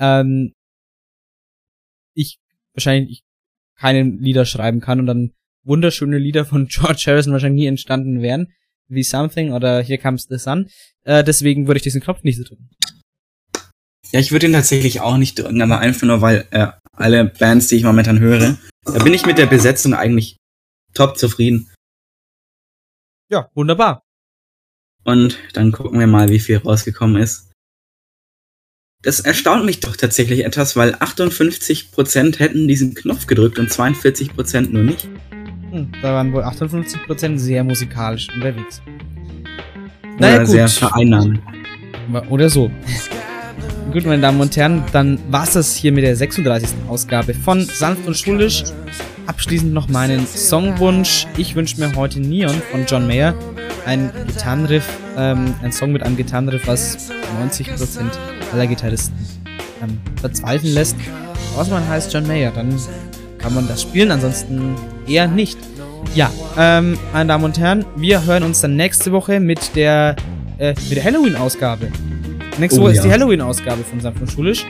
Speaker 2: ich wahrscheinlich keine Lieder schreiben kann und dann wunderschöne Lieder von George Harrison wahrscheinlich nie entstanden wären, wie Something oder Here Comes the Sun. Deswegen würde ich diesen Knopf nicht drücken.
Speaker 3: Ja, ich würde ihn tatsächlich auch nicht drücken, aber einfach nur, weil alle Bands, die ich momentan höre, da bin ich mit der Besetzung eigentlich top zufrieden.
Speaker 2: Ja, wunderbar.
Speaker 3: Und dann gucken wir mal, wie viel rausgekommen ist. Das erstaunt mich doch tatsächlich etwas, weil 58% hätten diesen Knopf gedrückt und 42% nur nicht.
Speaker 2: Da waren wohl 58% sehr musikalisch unterwegs.
Speaker 3: Naja, gut. Sehr vereinnahmend.
Speaker 2: Oder so. Gut, meine Damen und Herren, dann war's das hier mit der 36. Ausgabe von Sanft und Schulisch. Abschließend noch meinen Songwunsch. Ich wünsche mir heute Neon von John Mayer. Ein Gitarrenriff, ein Song mit einem Gitarrenriff, was 90% aller Gitarristen verzweifeln lässt. Was man heißt John Mayer, dann kann man das spielen, ansonsten eher nicht. Ja, meine Damen und Herren, wir hören uns dann nächste Woche mit der Halloween-Ausgabe. Nächste Woche ist die Halloween-Ausgabe von Sanft und Schulisch.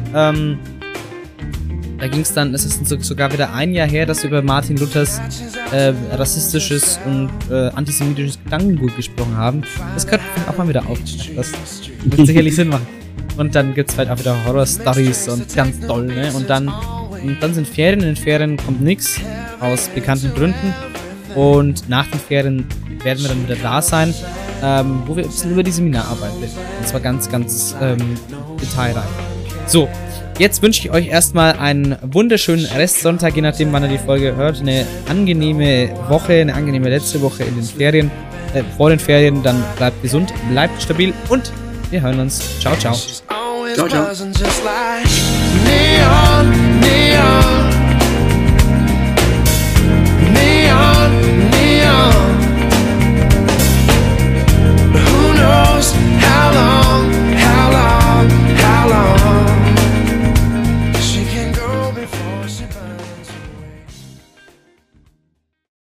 Speaker 2: Da ging es dann, es ist sogar wieder ein Jahr her, dass wir über Martin Luthers rassistisches und antisemitisches Gedankengut gesprochen haben. Das könnte auch mal wieder auf. Das wird sicherlich Sinn machen. Und dann gibt's halt auch wieder Horror-Stories und ganz toll, ne? Und dann sind Ferien. In den Ferien kommt nichts aus bekannten Gründen. Und nach den Ferien werden wir dann wieder da sein, wo wir ein bisschen über die Seminararbeit reden. Und zwar ganz, ganz detailreich. So. Jetzt wünsche ich euch erstmal einen wunderschönen Restsonntag, je nachdem, wann ihr die Folge hört. Eine angenehme Woche, eine angenehme letzte Woche in den Ferien, vor den Ferien. Dann bleibt gesund, bleibt stabil und wir hören uns. Ciao, ciao.
Speaker 3: Ciao, ciao.